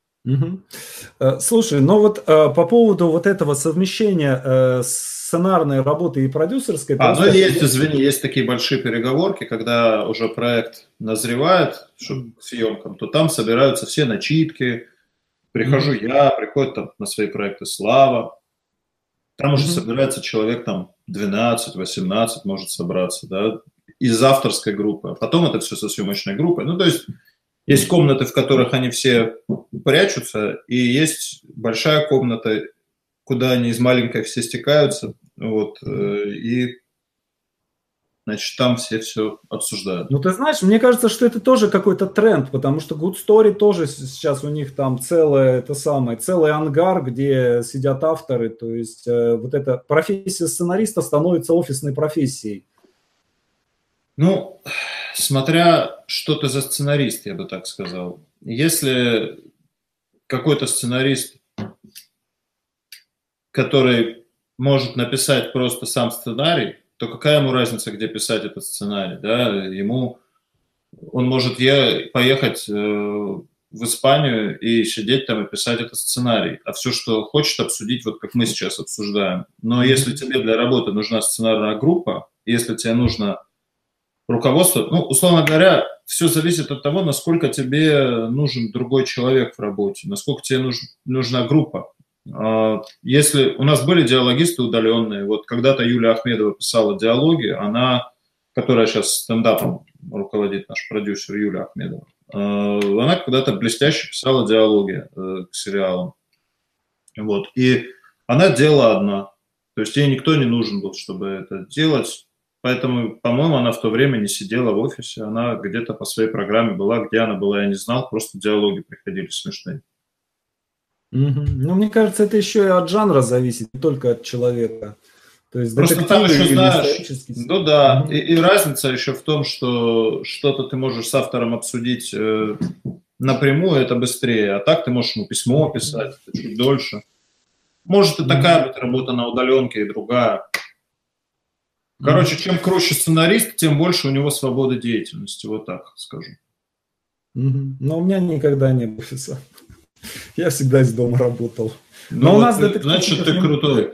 Speaker 1: Слушай, ну вот по поводу вот этого совмещения сценарной работы и продюсерской...
Speaker 2: Ну есть, извини, есть такие большие переговорки, когда уже проект назревает к съемкам, то там собираются все начитки, прихожу я, приходит там на свои проекты Слава, там уже собирается человек там 12-18 может собраться, да, из авторской группы, а потом это все со съемочной группой, ну то есть... Есть комнаты, в которых они все прячутся, и есть большая комната, куда они из маленькой все стекаются, вот, и, значит, там все обсуждают.
Speaker 1: Ну, ты знаешь, мне кажется, что это тоже какой-то тренд, потому что Good Story тоже сейчас у них там целый ангар, где сидят авторы, то есть вот эта профессия сценариста становится офисной профессией.
Speaker 2: Ну, смотря что ты за сценарист, я бы так сказал. Если какой-то сценарист, который может написать просто сам сценарий, то какая ему разница, где писать этот сценарий? Да? Он может поехать в Испанию и сидеть там и писать этот сценарий, а все, что хочет обсудить, вот как мы сейчас обсуждаем. Но если тебе для работы нужна сценарная группа, если тебе нужно руководство, ну, условно говоря, все зависит от того, насколько тебе нужен другой человек в работе, насколько тебе нужна группа. Если у нас были диалогисты удаленные, вот когда-то Юлия Ахмедова писала диалоги, которая сейчас стендапом руководит, наш продюсер Юлия Ахмедова, она когда-то блестяще писала диалоги к сериалам. Вот. И она делала одна. То есть ей никто не нужен был, чтобы это делать. Поэтому, по-моему, она в то время не сидела в офисе, она где-то по своей программе была, где она была, я не знал, просто диалоги приходили смешные.
Speaker 1: Ну, мне кажется, это еще и от жанра зависит, не только от человека. То есть
Speaker 2: просто там еще знаешь, ну да, и разница еще в том, что что-то ты можешь с автором обсудить напрямую, это быстрее, а так ты можешь ему письмо писать, это чуть дольше. Может и такая быть работа на удаленке, и другая. Короче, чем круче сценарист, тем больше у него свободы деятельности, вот так скажу.
Speaker 1: Но у меня никогда не было офиса. Я всегда из дома работал.
Speaker 2: Но у нас значит, ты крутой.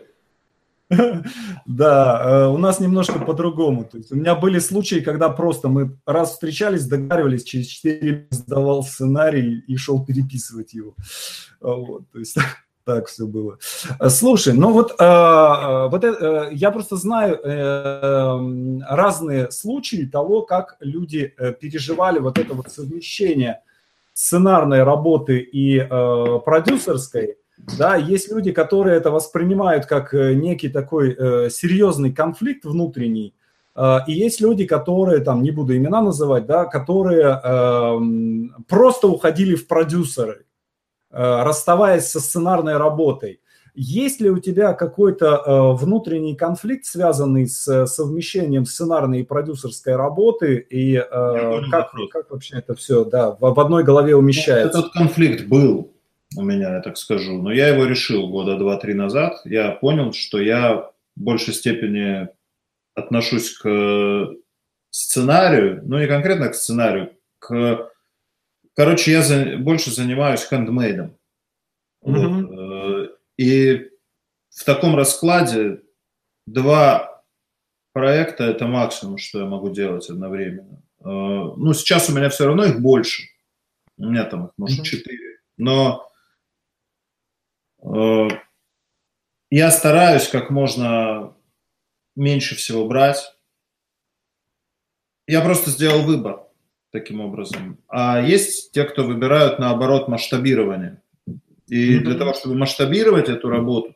Speaker 1: Да, у нас немножко по-другому. То есть у меня были случаи, когда просто мы раз встречались, договаривались, через 4 сдавал сценарий и шел переписывать его. Вот, то есть так все было. Слушай, ну вот я просто знаю разные случаи того, как люди переживали вот это вот совмещение сценарной работы и продюсерской. Да, есть люди, которые это воспринимают как некий такой серьезный конфликт внутренний, и есть люди, которые, там, не буду имена называть, да, которые просто уходили в продюсеры, расставаясь со сценарной работой. Есть ли у тебя какой-то внутренний конфликт, связанный с совмещением сценарной и продюсерской работы, и как вообще это все, да, в одной голове умещается?
Speaker 2: Этот конфликт был у меня, я так скажу, но я его решил года 2-3 назад. Я понял, что я в большей степени отношусь к сценарию, ну не конкретно к сценарию, короче, я больше занимаюсь хендмейдом. Вот. И в таком раскладе 2 проекта – это максимум, что я могу делать одновременно. Ну, сейчас у меня все равно их больше. У меня там их, может, 4. Но я стараюсь как можно меньше всего брать. Я просто сделал выбор таким образом. А есть те, кто выбирают, наоборот, масштабирование. И для того, чтобы масштабировать эту работу,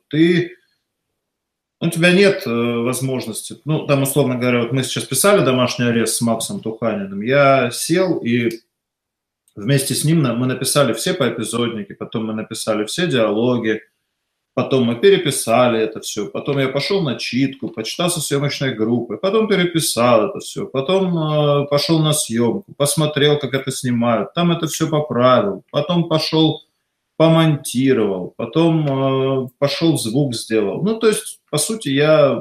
Speaker 2: у тебя нет возможности, ну, там, условно говоря, вот мы сейчас писали «Домашний арест» с Максом Туханиным, я сел и вместе с ним мы написали все поэпизодники, потом мы написали все диалоги, потом мы переписали это все, потом я пошел на читку, почитал со съемочной группой, потом переписал это все, потом пошел на съемку, посмотрел, как это снимают, там это все поправил, потом пошел помонтировал, потом пошел звук сделал. Ну, то есть, по сути, я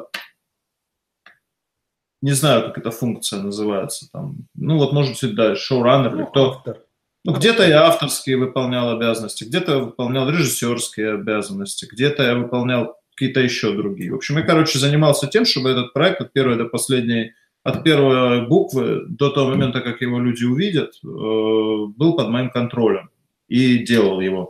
Speaker 2: не знаю, как эта функция называется. Там, ну, вот, может быть, да, шоураннер или кто. Ну, где-то я авторские выполнял обязанности, где-то я выполнял режиссерские обязанности, где-то я выполнял какие-то еще другие. В общем, я, короче, занимался тем, чтобы этот проект от первой до последней, от первой буквы до того момента, как его люди увидят, был под моим контролем и делал его.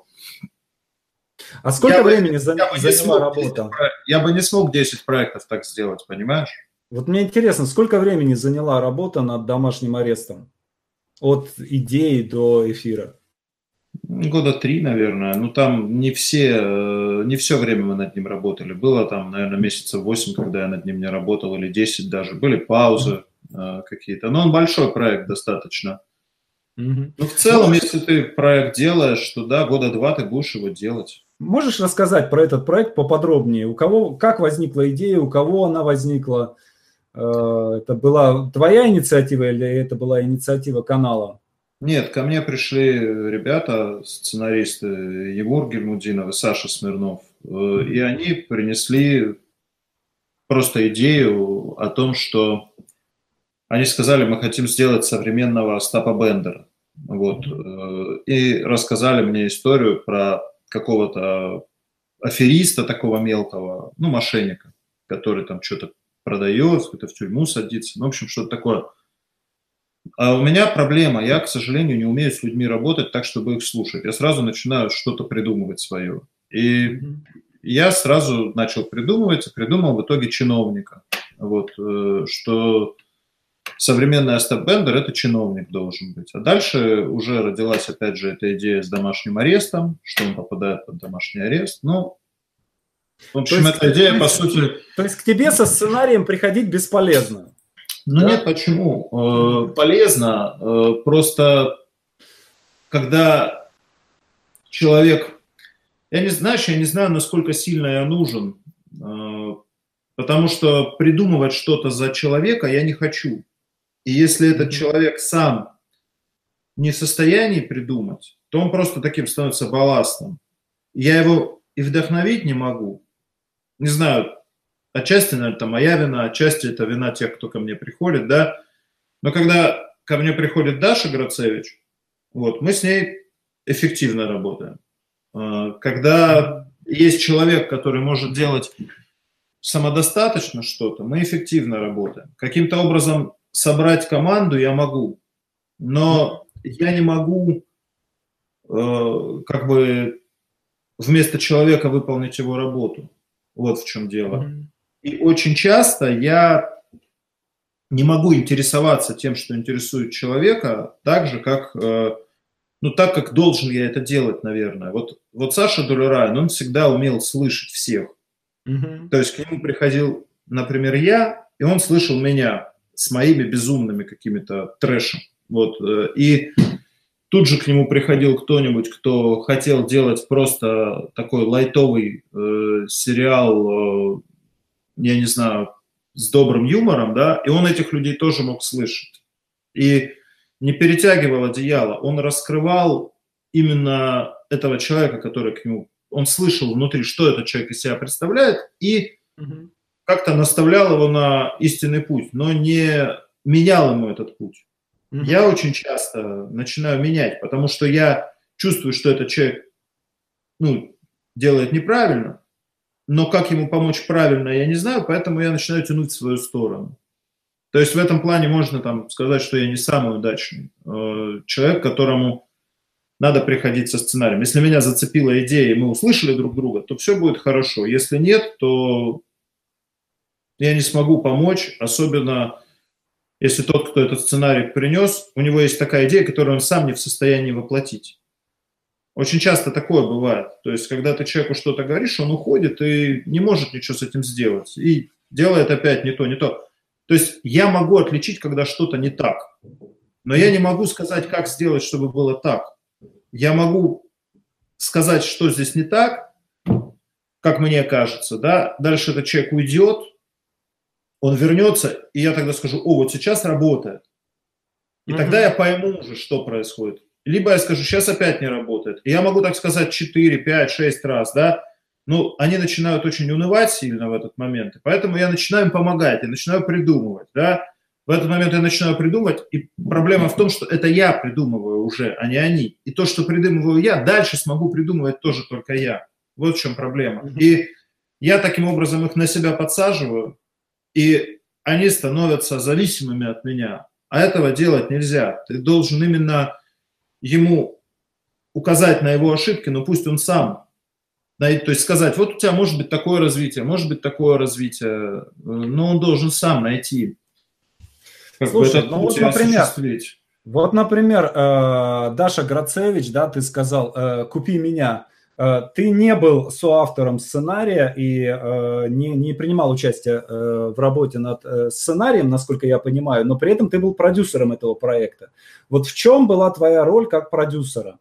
Speaker 1: А сколько времени заняла работа?
Speaker 2: Я бы не смог 10 проектов так сделать, понимаешь?
Speaker 1: Вот мне интересно, сколько времени заняла работа над «Домашним арестом»? От идеи до эфира?
Speaker 2: Года 3, наверное. Ну, там не все время мы над ним работали. Было там, наверное, месяцев 8, когда я над ним не работал, или 10 даже. Были паузы какие-то. Но он большой проект достаточно. Ну, в целом, если ты проект делаешь, то да, года 2 ты будешь его делать.
Speaker 1: Можешь рассказать про этот проект поподробнее? У кого, как возникла идея, у кого она возникла? Это была твоя инициатива или это была инициатива канала?
Speaker 2: Нет, ко мне пришли ребята, сценаристы Егор Гельмудинов и Саша Смирнов, и они принесли просто идею о том, что они сказали, мы хотим сделать современного Остапа Бендера. Вот. И рассказали мне историю про какого-то афериста такого мелкого, ну, мошенника, который там что-то продает, какой-то в тюрьму садится, ну, в общем, что-то такое. А у меня проблема, я, к сожалению, не умею с людьми работать так, чтобы их слушать. Я сразу начинаю что-то придумывать свое. И я сразу начал придумывать и придумал в итоге чиновника. Вот, что современный Остап Бендер – это чиновник должен быть. А дальше уже родилась, опять же, эта идея с домашним арестом, что он попадает под домашний арест. Ну, в общем, эта идея, по сути…
Speaker 1: То есть к тебе со сценарием приходить бесполезно?
Speaker 2: Ну, да? Нет, почему? Полезно. Просто, когда человек… я не знаю, насколько сильно я нужен, потому что придумывать что-то за человека я не хочу. И если этот человек сам не в состоянии придумать, то он просто таким становится балластом. Я его и вдохновить не могу. Не знаю, отчасти, наверное, это моя вина, отчасти это вина тех, кто ко мне приходит, да. Но когда ко мне приходит Даша Грацевич, вот, мы с ней эффективно работаем. Когда есть человек, который может делать самодостаточно что-то, мы эффективно работаем. Каким-то образом собрать команду я могу, но я не могу как бы вместо человека выполнить его работу. Вот в чем дело. И очень часто я не могу интересоваться тем, что интересует человека, так же, как, ну, так, как должен я это делать, наверное. Вот Саша Долюрайн, он всегда умел слышать всех. То есть к нему приходил, например, я, и он слышал меня с моими безумными какими-то трэшем. Вот. И тут же к нему приходил кто-нибудь, кто хотел делать просто такой лайтовый сериал, я не знаю, с добрым юмором, да, и он этих людей тоже мог слышать. И не перетягивал одеяло, он раскрывал именно этого человека, который к нему, он слышал внутри, что этот человек из себя представляет, и как-то наставлял его на истинный путь, но не менял ему этот путь. Я очень часто начинаю менять, потому что я чувствую, что этот человек, ну, делает неправильно, но как ему помочь правильно, я не знаю, поэтому я начинаю тянуть в свою сторону. То есть в этом плане можно там сказать, что я не самый удачный человек, которому надо приходить со сценарием. Если меня зацепила идея, и мы услышали друг друга, то все будет хорошо. Если нет, то я не смогу помочь, особенно если тот, кто этот сценарий принес, у него есть такая идея, которую он сам не в состоянии воплотить. Очень часто такое бывает. То есть, когда ты человеку что-то говоришь, он уходит и не может ничего с этим сделать. И делает опять не то, не то. То есть, я могу отличить, когда что-то не так. Но я не могу сказать, как сделать, чтобы было так. Я могу сказать, что здесь не так, как мне кажется. Да? Дальше этот человек уйдет, он вернется, и я тогда скажу: о, вот сейчас работает. И тогда я пойму уже, что происходит. Либо я скажу: сейчас опять не работает. И я могу так сказать 4, 5, 6 раз, да. Ну, они начинают очень унывать сильно в этот момент. И поэтому я начинаю им помогать, я начинаю придумывать, да. В этот момент я начинаю придумывать, и проблема в том, что это я придумываю уже, а не они. И то, что придумываю я, дальше смогу придумывать тоже только я. Вот в чем проблема. И я таким образом их на себя подсаживаю, и они становятся зависимыми от меня. А этого делать нельзя. Ты должен именно ему указать на его ошибки, но пусть он сам, то есть сказать: вот у тебя может быть такое развитие, может быть такое развитие, но он должен сам найти.
Speaker 1: Слушай, ну вот, например, Даша Грацевич, да, ты сказал: купи меня. Ты не был соавтором сценария и не принимал участие в работе над сценарием, насколько я понимаю, но при этом ты был продюсером этого проекта. Вот в чем была твоя роль как продюсера?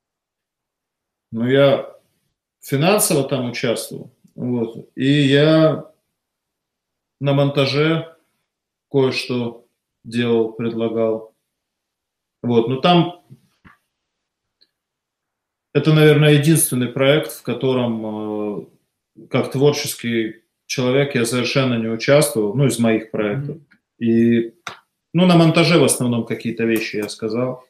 Speaker 2: Ну, я финансово там участвовал, вот, и я на монтаже кое-что делал, предлагал. Вот, но там это, наверное, единственный проект, в котором как творческий человек я совершенно не участвовал, ну, из моих проектов. И, ну, на монтаже в основном какие-то вещи я сказал.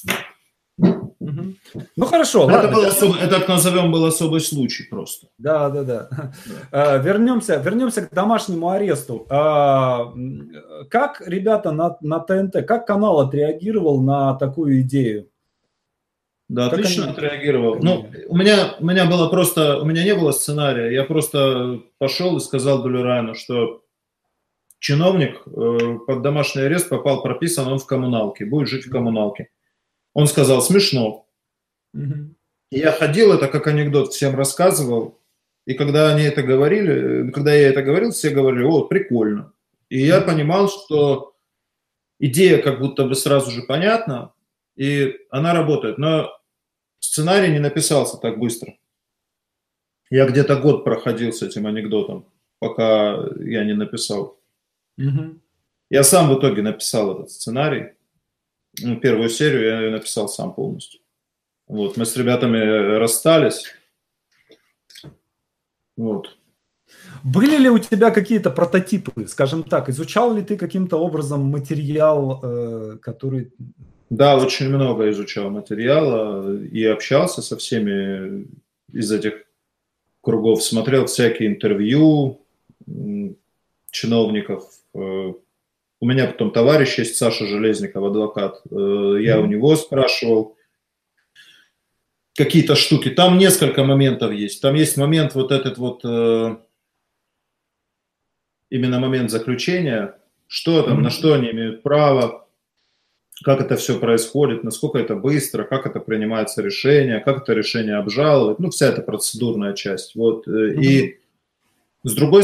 Speaker 1: Ну, хорошо, ладно.
Speaker 2: Это, так назовем, был особый случай просто.
Speaker 1: Да. Вернемся к домашнему аресту. Как ребята на ТНТ, как канал отреагировал на такую идею?
Speaker 2: Да, как отлично отреагировал. Ну, у меня было просто, у меня не было сценария, я просто пошел и сказал Долюраину, что чиновник под домашний арест попал, прописан он в коммуналке, будет жить в коммуналке. Он сказал: смешно. И я ходил, это как анекдот всем рассказывал, и когда они это говорили, когда я это говорил, все говорили: о, прикольно. И я понимал, что идея как будто бы сразу же понятна, и она работает. Но сценарий не написался так быстро. Я где-то год проходил с этим анекдотом, пока я не написал. Я сам в итоге написал этот сценарий. Первую серию я ее написал сам полностью. Вот, мы с ребятами расстались. Вот.
Speaker 1: Были ли у тебя какие-то прототипы, скажем так? Изучал ли ты каким-то образом материал, который...
Speaker 2: Да, очень много изучал материала и общался со всеми из этих кругов. Смотрел всякие интервью чиновников. У меня потом товарищ есть, Саша Железников, адвокат. Я у него спрашивал какие-то штуки. Там несколько моментов есть. Там есть момент вот этот вот, именно момент заключения. Что там, на что они имеют право, как это все происходит, насколько это быстро, как это принимается решение, как это решение обжаловать. Ну, вся эта процедурная часть. Вот. И с другой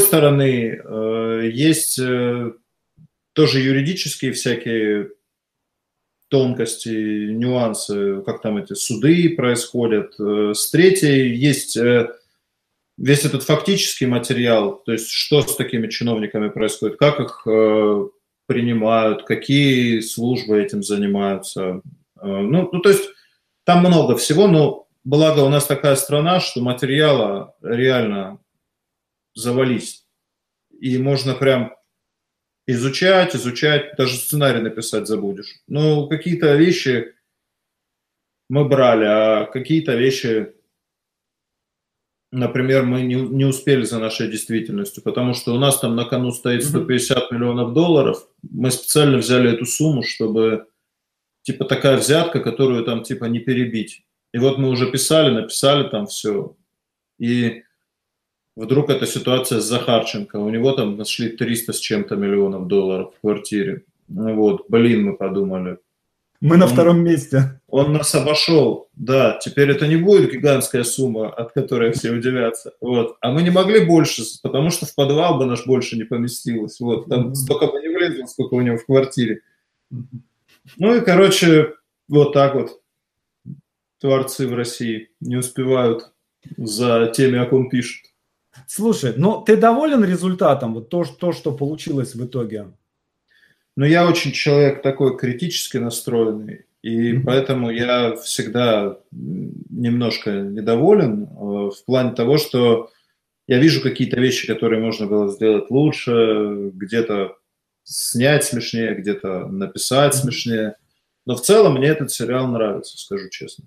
Speaker 2: стороны, есть... тоже юридические всякие тонкости, нюансы, как там эти суды происходят. С третьей есть весь этот фактический материал, то есть что с такими чиновниками происходит, как их принимают, какие службы этим занимаются. Ну, то есть там много всего, но благо у нас такая страна, что материала реально завались. И можно прям изучать, даже сценарий написать забудешь. Ну, какие-то вещи мы брали, а какие-то вещи, например, мы не успели за нашей действительностью, потому что у нас там на кону стоит 150 миллионов долларов. Мы специально взяли эту сумму, чтобы, типа, такая взятка, которую там, типа, не перебить. И вот мы уже написали там все. И вдруг эта ситуация с Захарченко. У него там нашли 300 с чем-то миллионов долларов в квартире. Ну вот, блин, мы подумали.
Speaker 1: Мы на втором месте.
Speaker 2: Он нас обошел, да. Теперь это не будет гигантская сумма, от которой все удивятся. Вот. А мы не могли больше, потому что в подвал бы наш больше не поместилось. Вот. Там столько бы не влезло, сколько у него в квартире. Ну и, короче, вот так вот творцы в России не успевают за теми, о ком пишут.
Speaker 1: Слушай, ну ты доволен результатом, вот то, что получилось в итоге?
Speaker 2: Ну, я очень человек такой критически настроенный, и поэтому я всегда немножко недоволен в плане того, что я вижу какие-то вещи, которые можно было сделать лучше, где-то снять смешнее, где-то написать смешнее. Но в целом мне этот сериал нравится, скажу честно.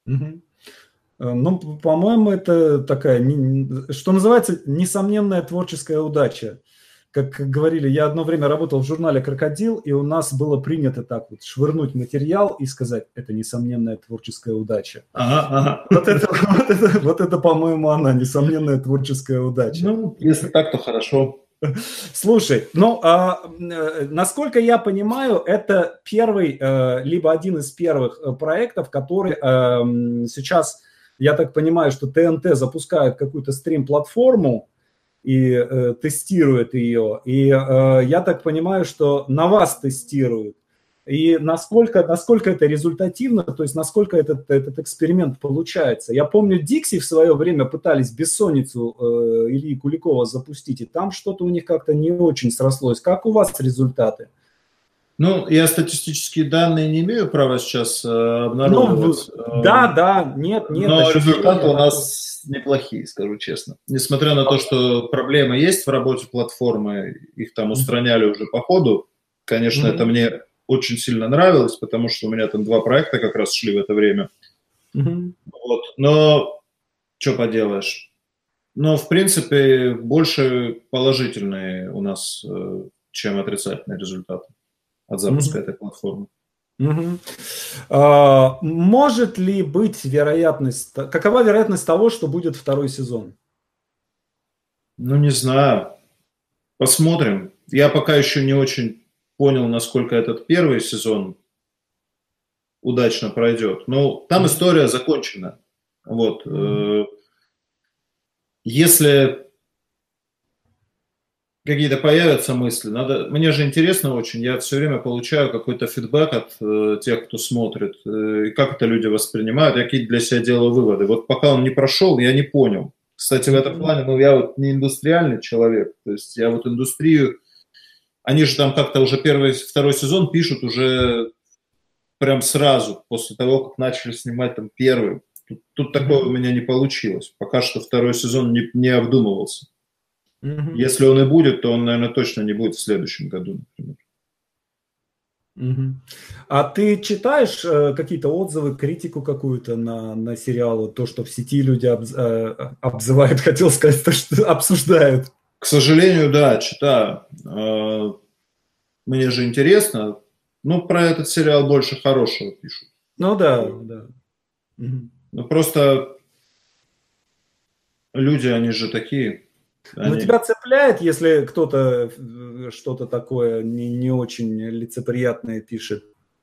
Speaker 1: Ну, по-моему, это такая, что называется, несомненная творческая удача. Как говорили, я одно время работал в журнале «Крокодил», и у нас было принято так вот швырнуть материал и сказать, это несомненная творческая удача. Вот это, по-моему, она, несомненная творческая удача.
Speaker 2: Ну, если так, то хорошо.
Speaker 1: Слушай, ну, насколько я понимаю, это первый, либо один из первых проектов, который сейчас, я так понимаю, что ТНТ запускает какую-то стрим-платформу и тестирует ее. И я так понимаю, что на вас тестируют. И насколько это результативно, то есть насколько этот эксперимент получается. Я помню, Dixie в свое время пытались «Бессонницу» Ильи Куликова запустить, и там что-то у них как-то не очень срослось. Как у вас результаты?
Speaker 2: Ну, я статистические данные не имею права сейчас обнародовать.
Speaker 1: Ну, да, нет.
Speaker 2: Но результаты у нас неплохие, скажу честно. Несмотря на то, что проблемы есть в работе платформы, их там устраняли уже по ходу. Конечно, это мне очень сильно нравилось, потому что у меня там 2 проекта как раз шли в это время. Вот. Но что поделаешь. Но, в принципе, больше положительные у нас, чем отрицательные результаты от запуска этой платформы.
Speaker 1: Может ли быть вероятность, какова вероятность того, что будет второй сезон?
Speaker 2: Ну, не знаю. Посмотрим. Я пока еще не очень понял, насколько этот первый сезон удачно пройдет. Но там история закончена. Вот. Если какие-то появятся мысли, мне же интересно очень, я все время получаю какой-то фидбэк от тех, кто смотрит, и как это люди воспринимают, я какие для себя делаю выводы. Вот пока он не прошел, я не понял. Кстати, в этом плане, я вот не индустриальный человек, то есть я вот индустрию, они же там как-то уже второй сезон пишут уже прям сразу, после того, как начали снимать там первый. Тут такого у меня не получилось. Пока что второй сезон не обдумывался. Если он и будет, то он, наверное, точно не будет в следующем году, например.
Speaker 1: А ты читаешь какие-то отзывы, критику какую-то на сериалы, то, что в сети люди обзывают, хотел сказать, то, что обсуждают?
Speaker 2: К сожалению, да, читаю. Мне же интересно. Ну, про этот сериал больше хорошего пишут.
Speaker 1: Ну да.
Speaker 2: Ну, просто люди, они же такие.
Speaker 1: Но тебя цепляет, если кто-то что-то такое не очень лицеприятное пишет?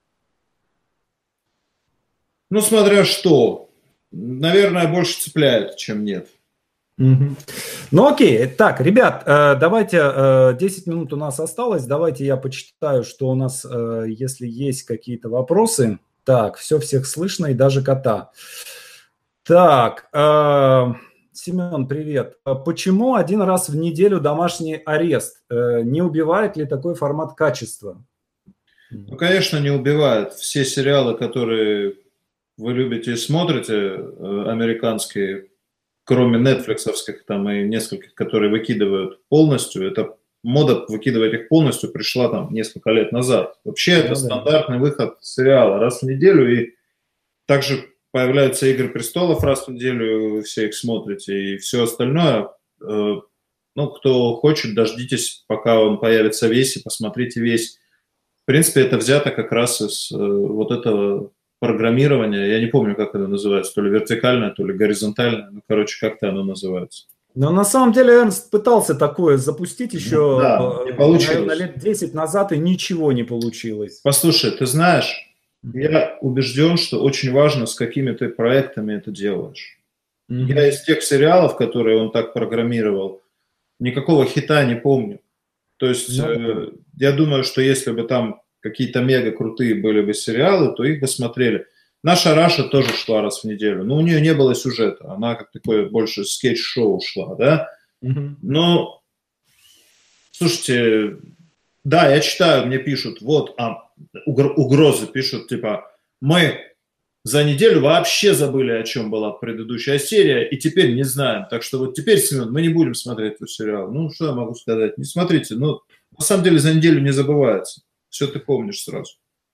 Speaker 2: Ну, смотря что. Наверное, больше цепляет, чем нет.
Speaker 1: Ну окей, так, ребят, давайте, 10 минут у нас осталось, давайте я почитаю, что у нас, если есть какие-то вопросы. Так, все, всех слышно и даже кота. Так, Семен, привет. Почему один раз в неделю домашний арест? Не убивает ли такой формат качества?
Speaker 2: Ну, конечно, не убивает. Все сериалы, которые вы любите и смотрите, американские, кроме нетфликсовских там и нескольких, которые выкидывают полностью, это мода выкидывать их полностью пришла там несколько лет назад. Вообще это стандартный выход сериала раз в неделю, и также появляются «Игры престолов» раз в неделю, вы все их смотрите, и все остальное, ну, кто хочет, дождитесь, пока он появится весь, и посмотрите весь. В принципе, это взято как раз из вот этого программирования, я не помню, как это называется, то ли вертикальное, то ли горизонтальное, ну, короче, как-то оно называется.
Speaker 1: Но на самом деле Эрнст пытался такое запустить еще,
Speaker 2: да, не получилось.
Speaker 1: наверное, лет 10 назад, и ничего не получилось.
Speaker 2: Послушай, ты знаешь, я убежден, что очень важно, с какими ты проектами это делаешь. Я из тех сериалов, которые он так программировал, никакого хита не помню. То есть я думаю, что если бы там какие-то мега крутые были бы сериалы, то их бы смотрели. Наша Раша тоже шла раз в неделю, но у нее не было сюжета, она как такое больше скетч-шоу шла, да? Но, слушайте, да, я читаю, мне пишут, вот, угрозы пишут, типа, мы за неделю вообще забыли, о чем была предыдущая серия, и теперь не знаем. Так что вот теперь, Семен, мы не будем смотреть этот сериал. Ну, что я могу сказать? Не смотрите. Ну, на самом деле, за неделю не забывается. Все ты помнишь сразу.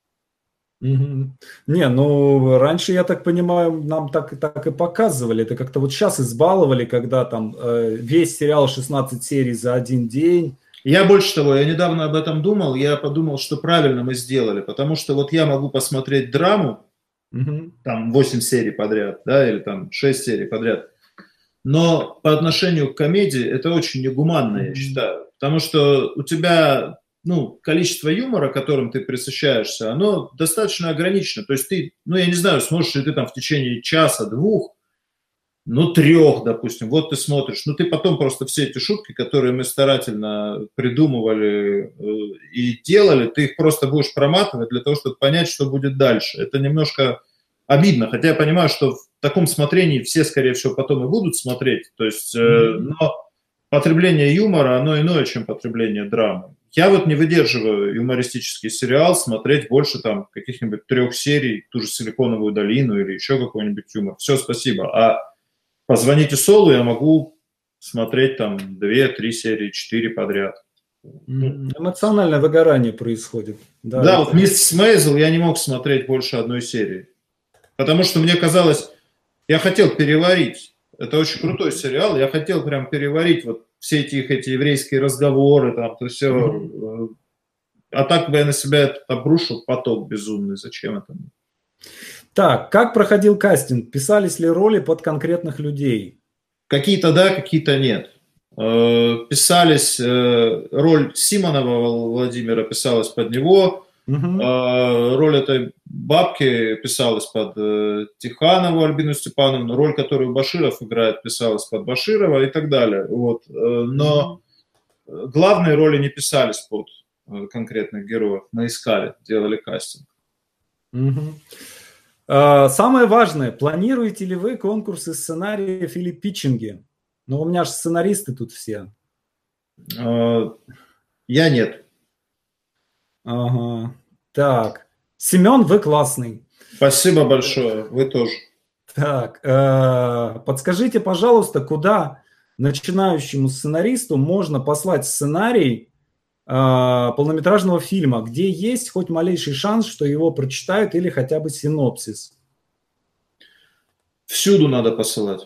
Speaker 1: Не, ну, раньше, я так понимаю, нам так и показывали. Это как-то вот сейчас избаловали, когда там весь сериал 16 серий за один день.
Speaker 2: Я больше того, я недавно об этом думал, я подумал, что правильно мы сделали, потому что вот я могу посмотреть драму, там 8 серий подряд, да, или там 6 серий подряд, но по отношению к комедии это очень негуманно, я считаю, потому что у тебя, ну, количество юмора, которым ты присыщаешься, оно достаточно ограничено, то есть ты, ну, я не знаю, сможешь ли ты там в течение часа-двух, ну, 3, допустим, вот ты смотришь, ну, ты потом просто все эти шутки, которые мы старательно придумывали и делали, ты их просто будешь проматывать для того, чтобы понять, что будет дальше. Это немножко обидно, хотя я понимаю, что в таком смотрении все, скорее всего, потом и будут смотреть, то есть, но потребление юмора, оно иное, чем потребление драмы. Я вот не выдерживаю юмористический сериал смотреть больше там каких-нибудь 3 серий, ту же «Силиконовую долину» или еще какой-нибудь юмор. Все, спасибо. А «Позвоните Солу» я могу смотреть там 2, 3 серии, 4 подряд.
Speaker 1: Эмоциональное выгорание происходит.
Speaker 2: Да, вот «Миссис Мейзел» я не мог смотреть больше 1 серии. Потому что мне казалось, я хотел переварить. Это очень крутой сериал. Я хотел прям переварить вот все эти еврейские разговоры, там, то все. А так бы я на себя обрушил поток безумный. Зачем это?
Speaker 1: Так, как проходил кастинг? Писались ли роли под конкретных людей?
Speaker 2: Какие-то да, какие-то нет. Писались, роль Симонова Владимира писалась под него, роль этой бабки писалась под Тиханову Альбину Степановну, роль, которую Баширов играет, писалась под Баширова и так далее. Вот. Но главные роли не писались под конкретных героев. Мы искали, делали кастинг.
Speaker 1: Самое важное, планируете ли вы конкурсы сценариев или питчинги? Ну, у меня же сценаристы тут все.
Speaker 2: Я нет.
Speaker 1: Ага. Так, Семен, вы классный.
Speaker 2: Спасибо большое, вы тоже.
Speaker 1: Так, подскажите, пожалуйста, куда начинающему сценаристу можно послать сценарий полнометражного фильма, где есть хоть малейший шанс, что его прочитают или хотя бы синопсис?
Speaker 2: Всюду надо посылать.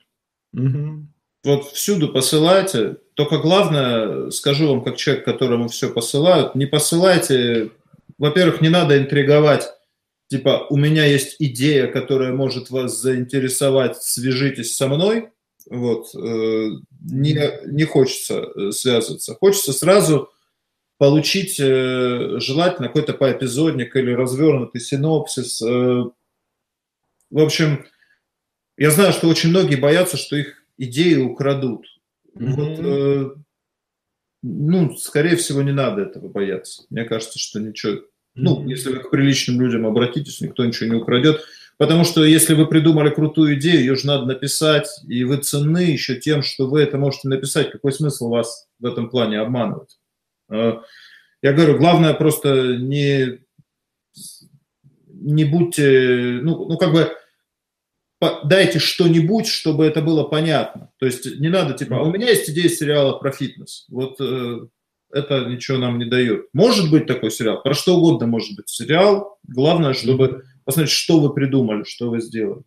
Speaker 2: Вот всюду посылайте. Только главное, скажу вам, как человек, которому все посылают, не посылайте. Во-первых, не надо интриговать. Типа, у меня есть идея, которая может вас заинтересовать, свяжитесь со мной. Вот. Не хочется связываться. Хочется сразу получить желательно какой-то поэпизодник или развернутый синопсис. В общем, я знаю, что очень многие боятся, что их идеи украдут. Вот, ну, скорее всего, не надо этого бояться. Мне кажется, что ничего... Ну, если вы к приличным людям обратитесь, никто ничего не украдет. Потому что если вы придумали крутую идею, ее же надо написать, и вы ценны еще тем, что вы это можете написать. Какой смысл вас в этом плане обманывать? Я говорю, главное просто не будьте, ну как бы дайте что-нибудь, чтобы это было понятно. То есть не надо типа, у меня есть идея сериала про фитнес. Вот это ничего нам не дает. Может быть такой сериал, про что угодно может быть сериал. Главное, чтобы посмотреть, что вы придумали, что вы сделали.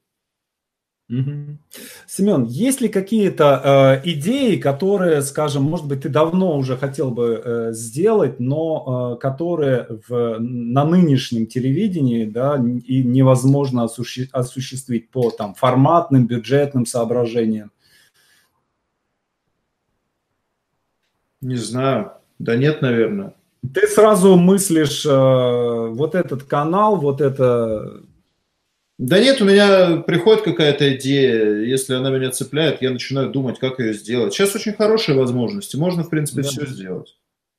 Speaker 1: Семен, есть ли какие-то идеи, которые, скажем, может быть, ты давно уже хотел бы сделать, но которые на нынешнем телевидении, да, и невозможно осуществить по там, форматным, бюджетным соображениям?
Speaker 2: Не знаю. Да нет, наверное.
Speaker 1: Ты сразу мыслишь, вот этот канал, вот это...
Speaker 2: Да нет, у меня приходит какая-то идея, если она меня цепляет, я начинаю думать, как ее сделать. Сейчас очень хорошие возможности, можно, в принципе, все сделать.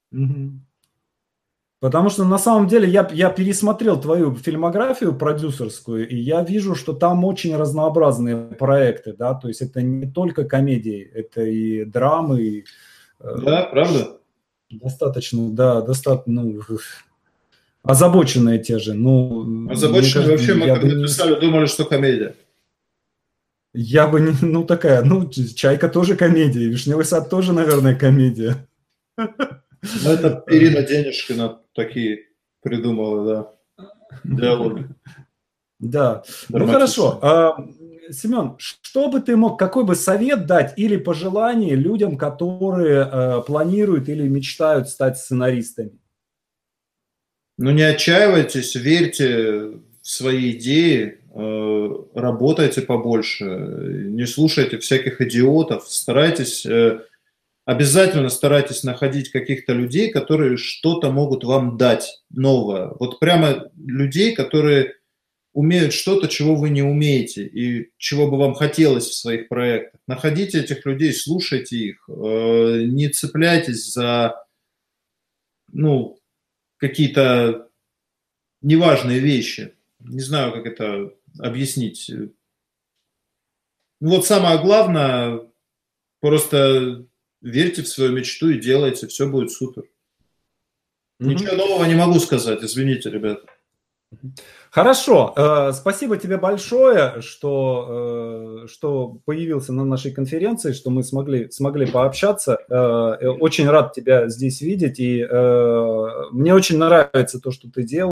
Speaker 1: Потому что на самом деле я пересмотрел твою фильмографию продюсерскую, и я вижу, что там очень разнообразные проекты, да, то есть это не только комедии, это и драмы. И,
Speaker 2: да, правда?
Speaker 1: Достаточно, да, достаточно, ну, озабоченные те же. Ну,
Speaker 2: озабоченные вообще, мы когда писали, думали, что комедия.
Speaker 1: Я бы не, ну такая, ну, «Чайка» тоже комедия, «Вишневый сад» тоже, наверное, комедия.
Speaker 2: Ну, это Ирина Денежкина такие придумала, да, диалоги.
Speaker 1: Да, ну хорошо. Семен, что бы ты мог, какой бы совет дать или пожелание людям, которые планируют или мечтают стать сценаристами?
Speaker 2: Ну, не отчаивайтесь, верьте в свои идеи, работайте побольше, не слушайте всяких идиотов, обязательно старайтесь находить каких-то людей, которые что-то могут вам дать новое. Вот прямо людей, которые умеют что-то, чего вы не умеете, и чего бы вам хотелось в своих проектах. Находите этих людей, слушайте их, не цепляйтесь за, ну, какие-то неважные вещи. Не знаю, как это объяснить. Ну, вот самое главное, просто верьте в свою мечту и делайте, все будет супер. Ничего нового не могу сказать, извините, ребята.
Speaker 1: Хорошо, спасибо тебе большое, что появился на нашей конференции, что мы смогли пообщаться. Очень рад тебя здесь видеть, и мне очень нравится то, что ты делаешь.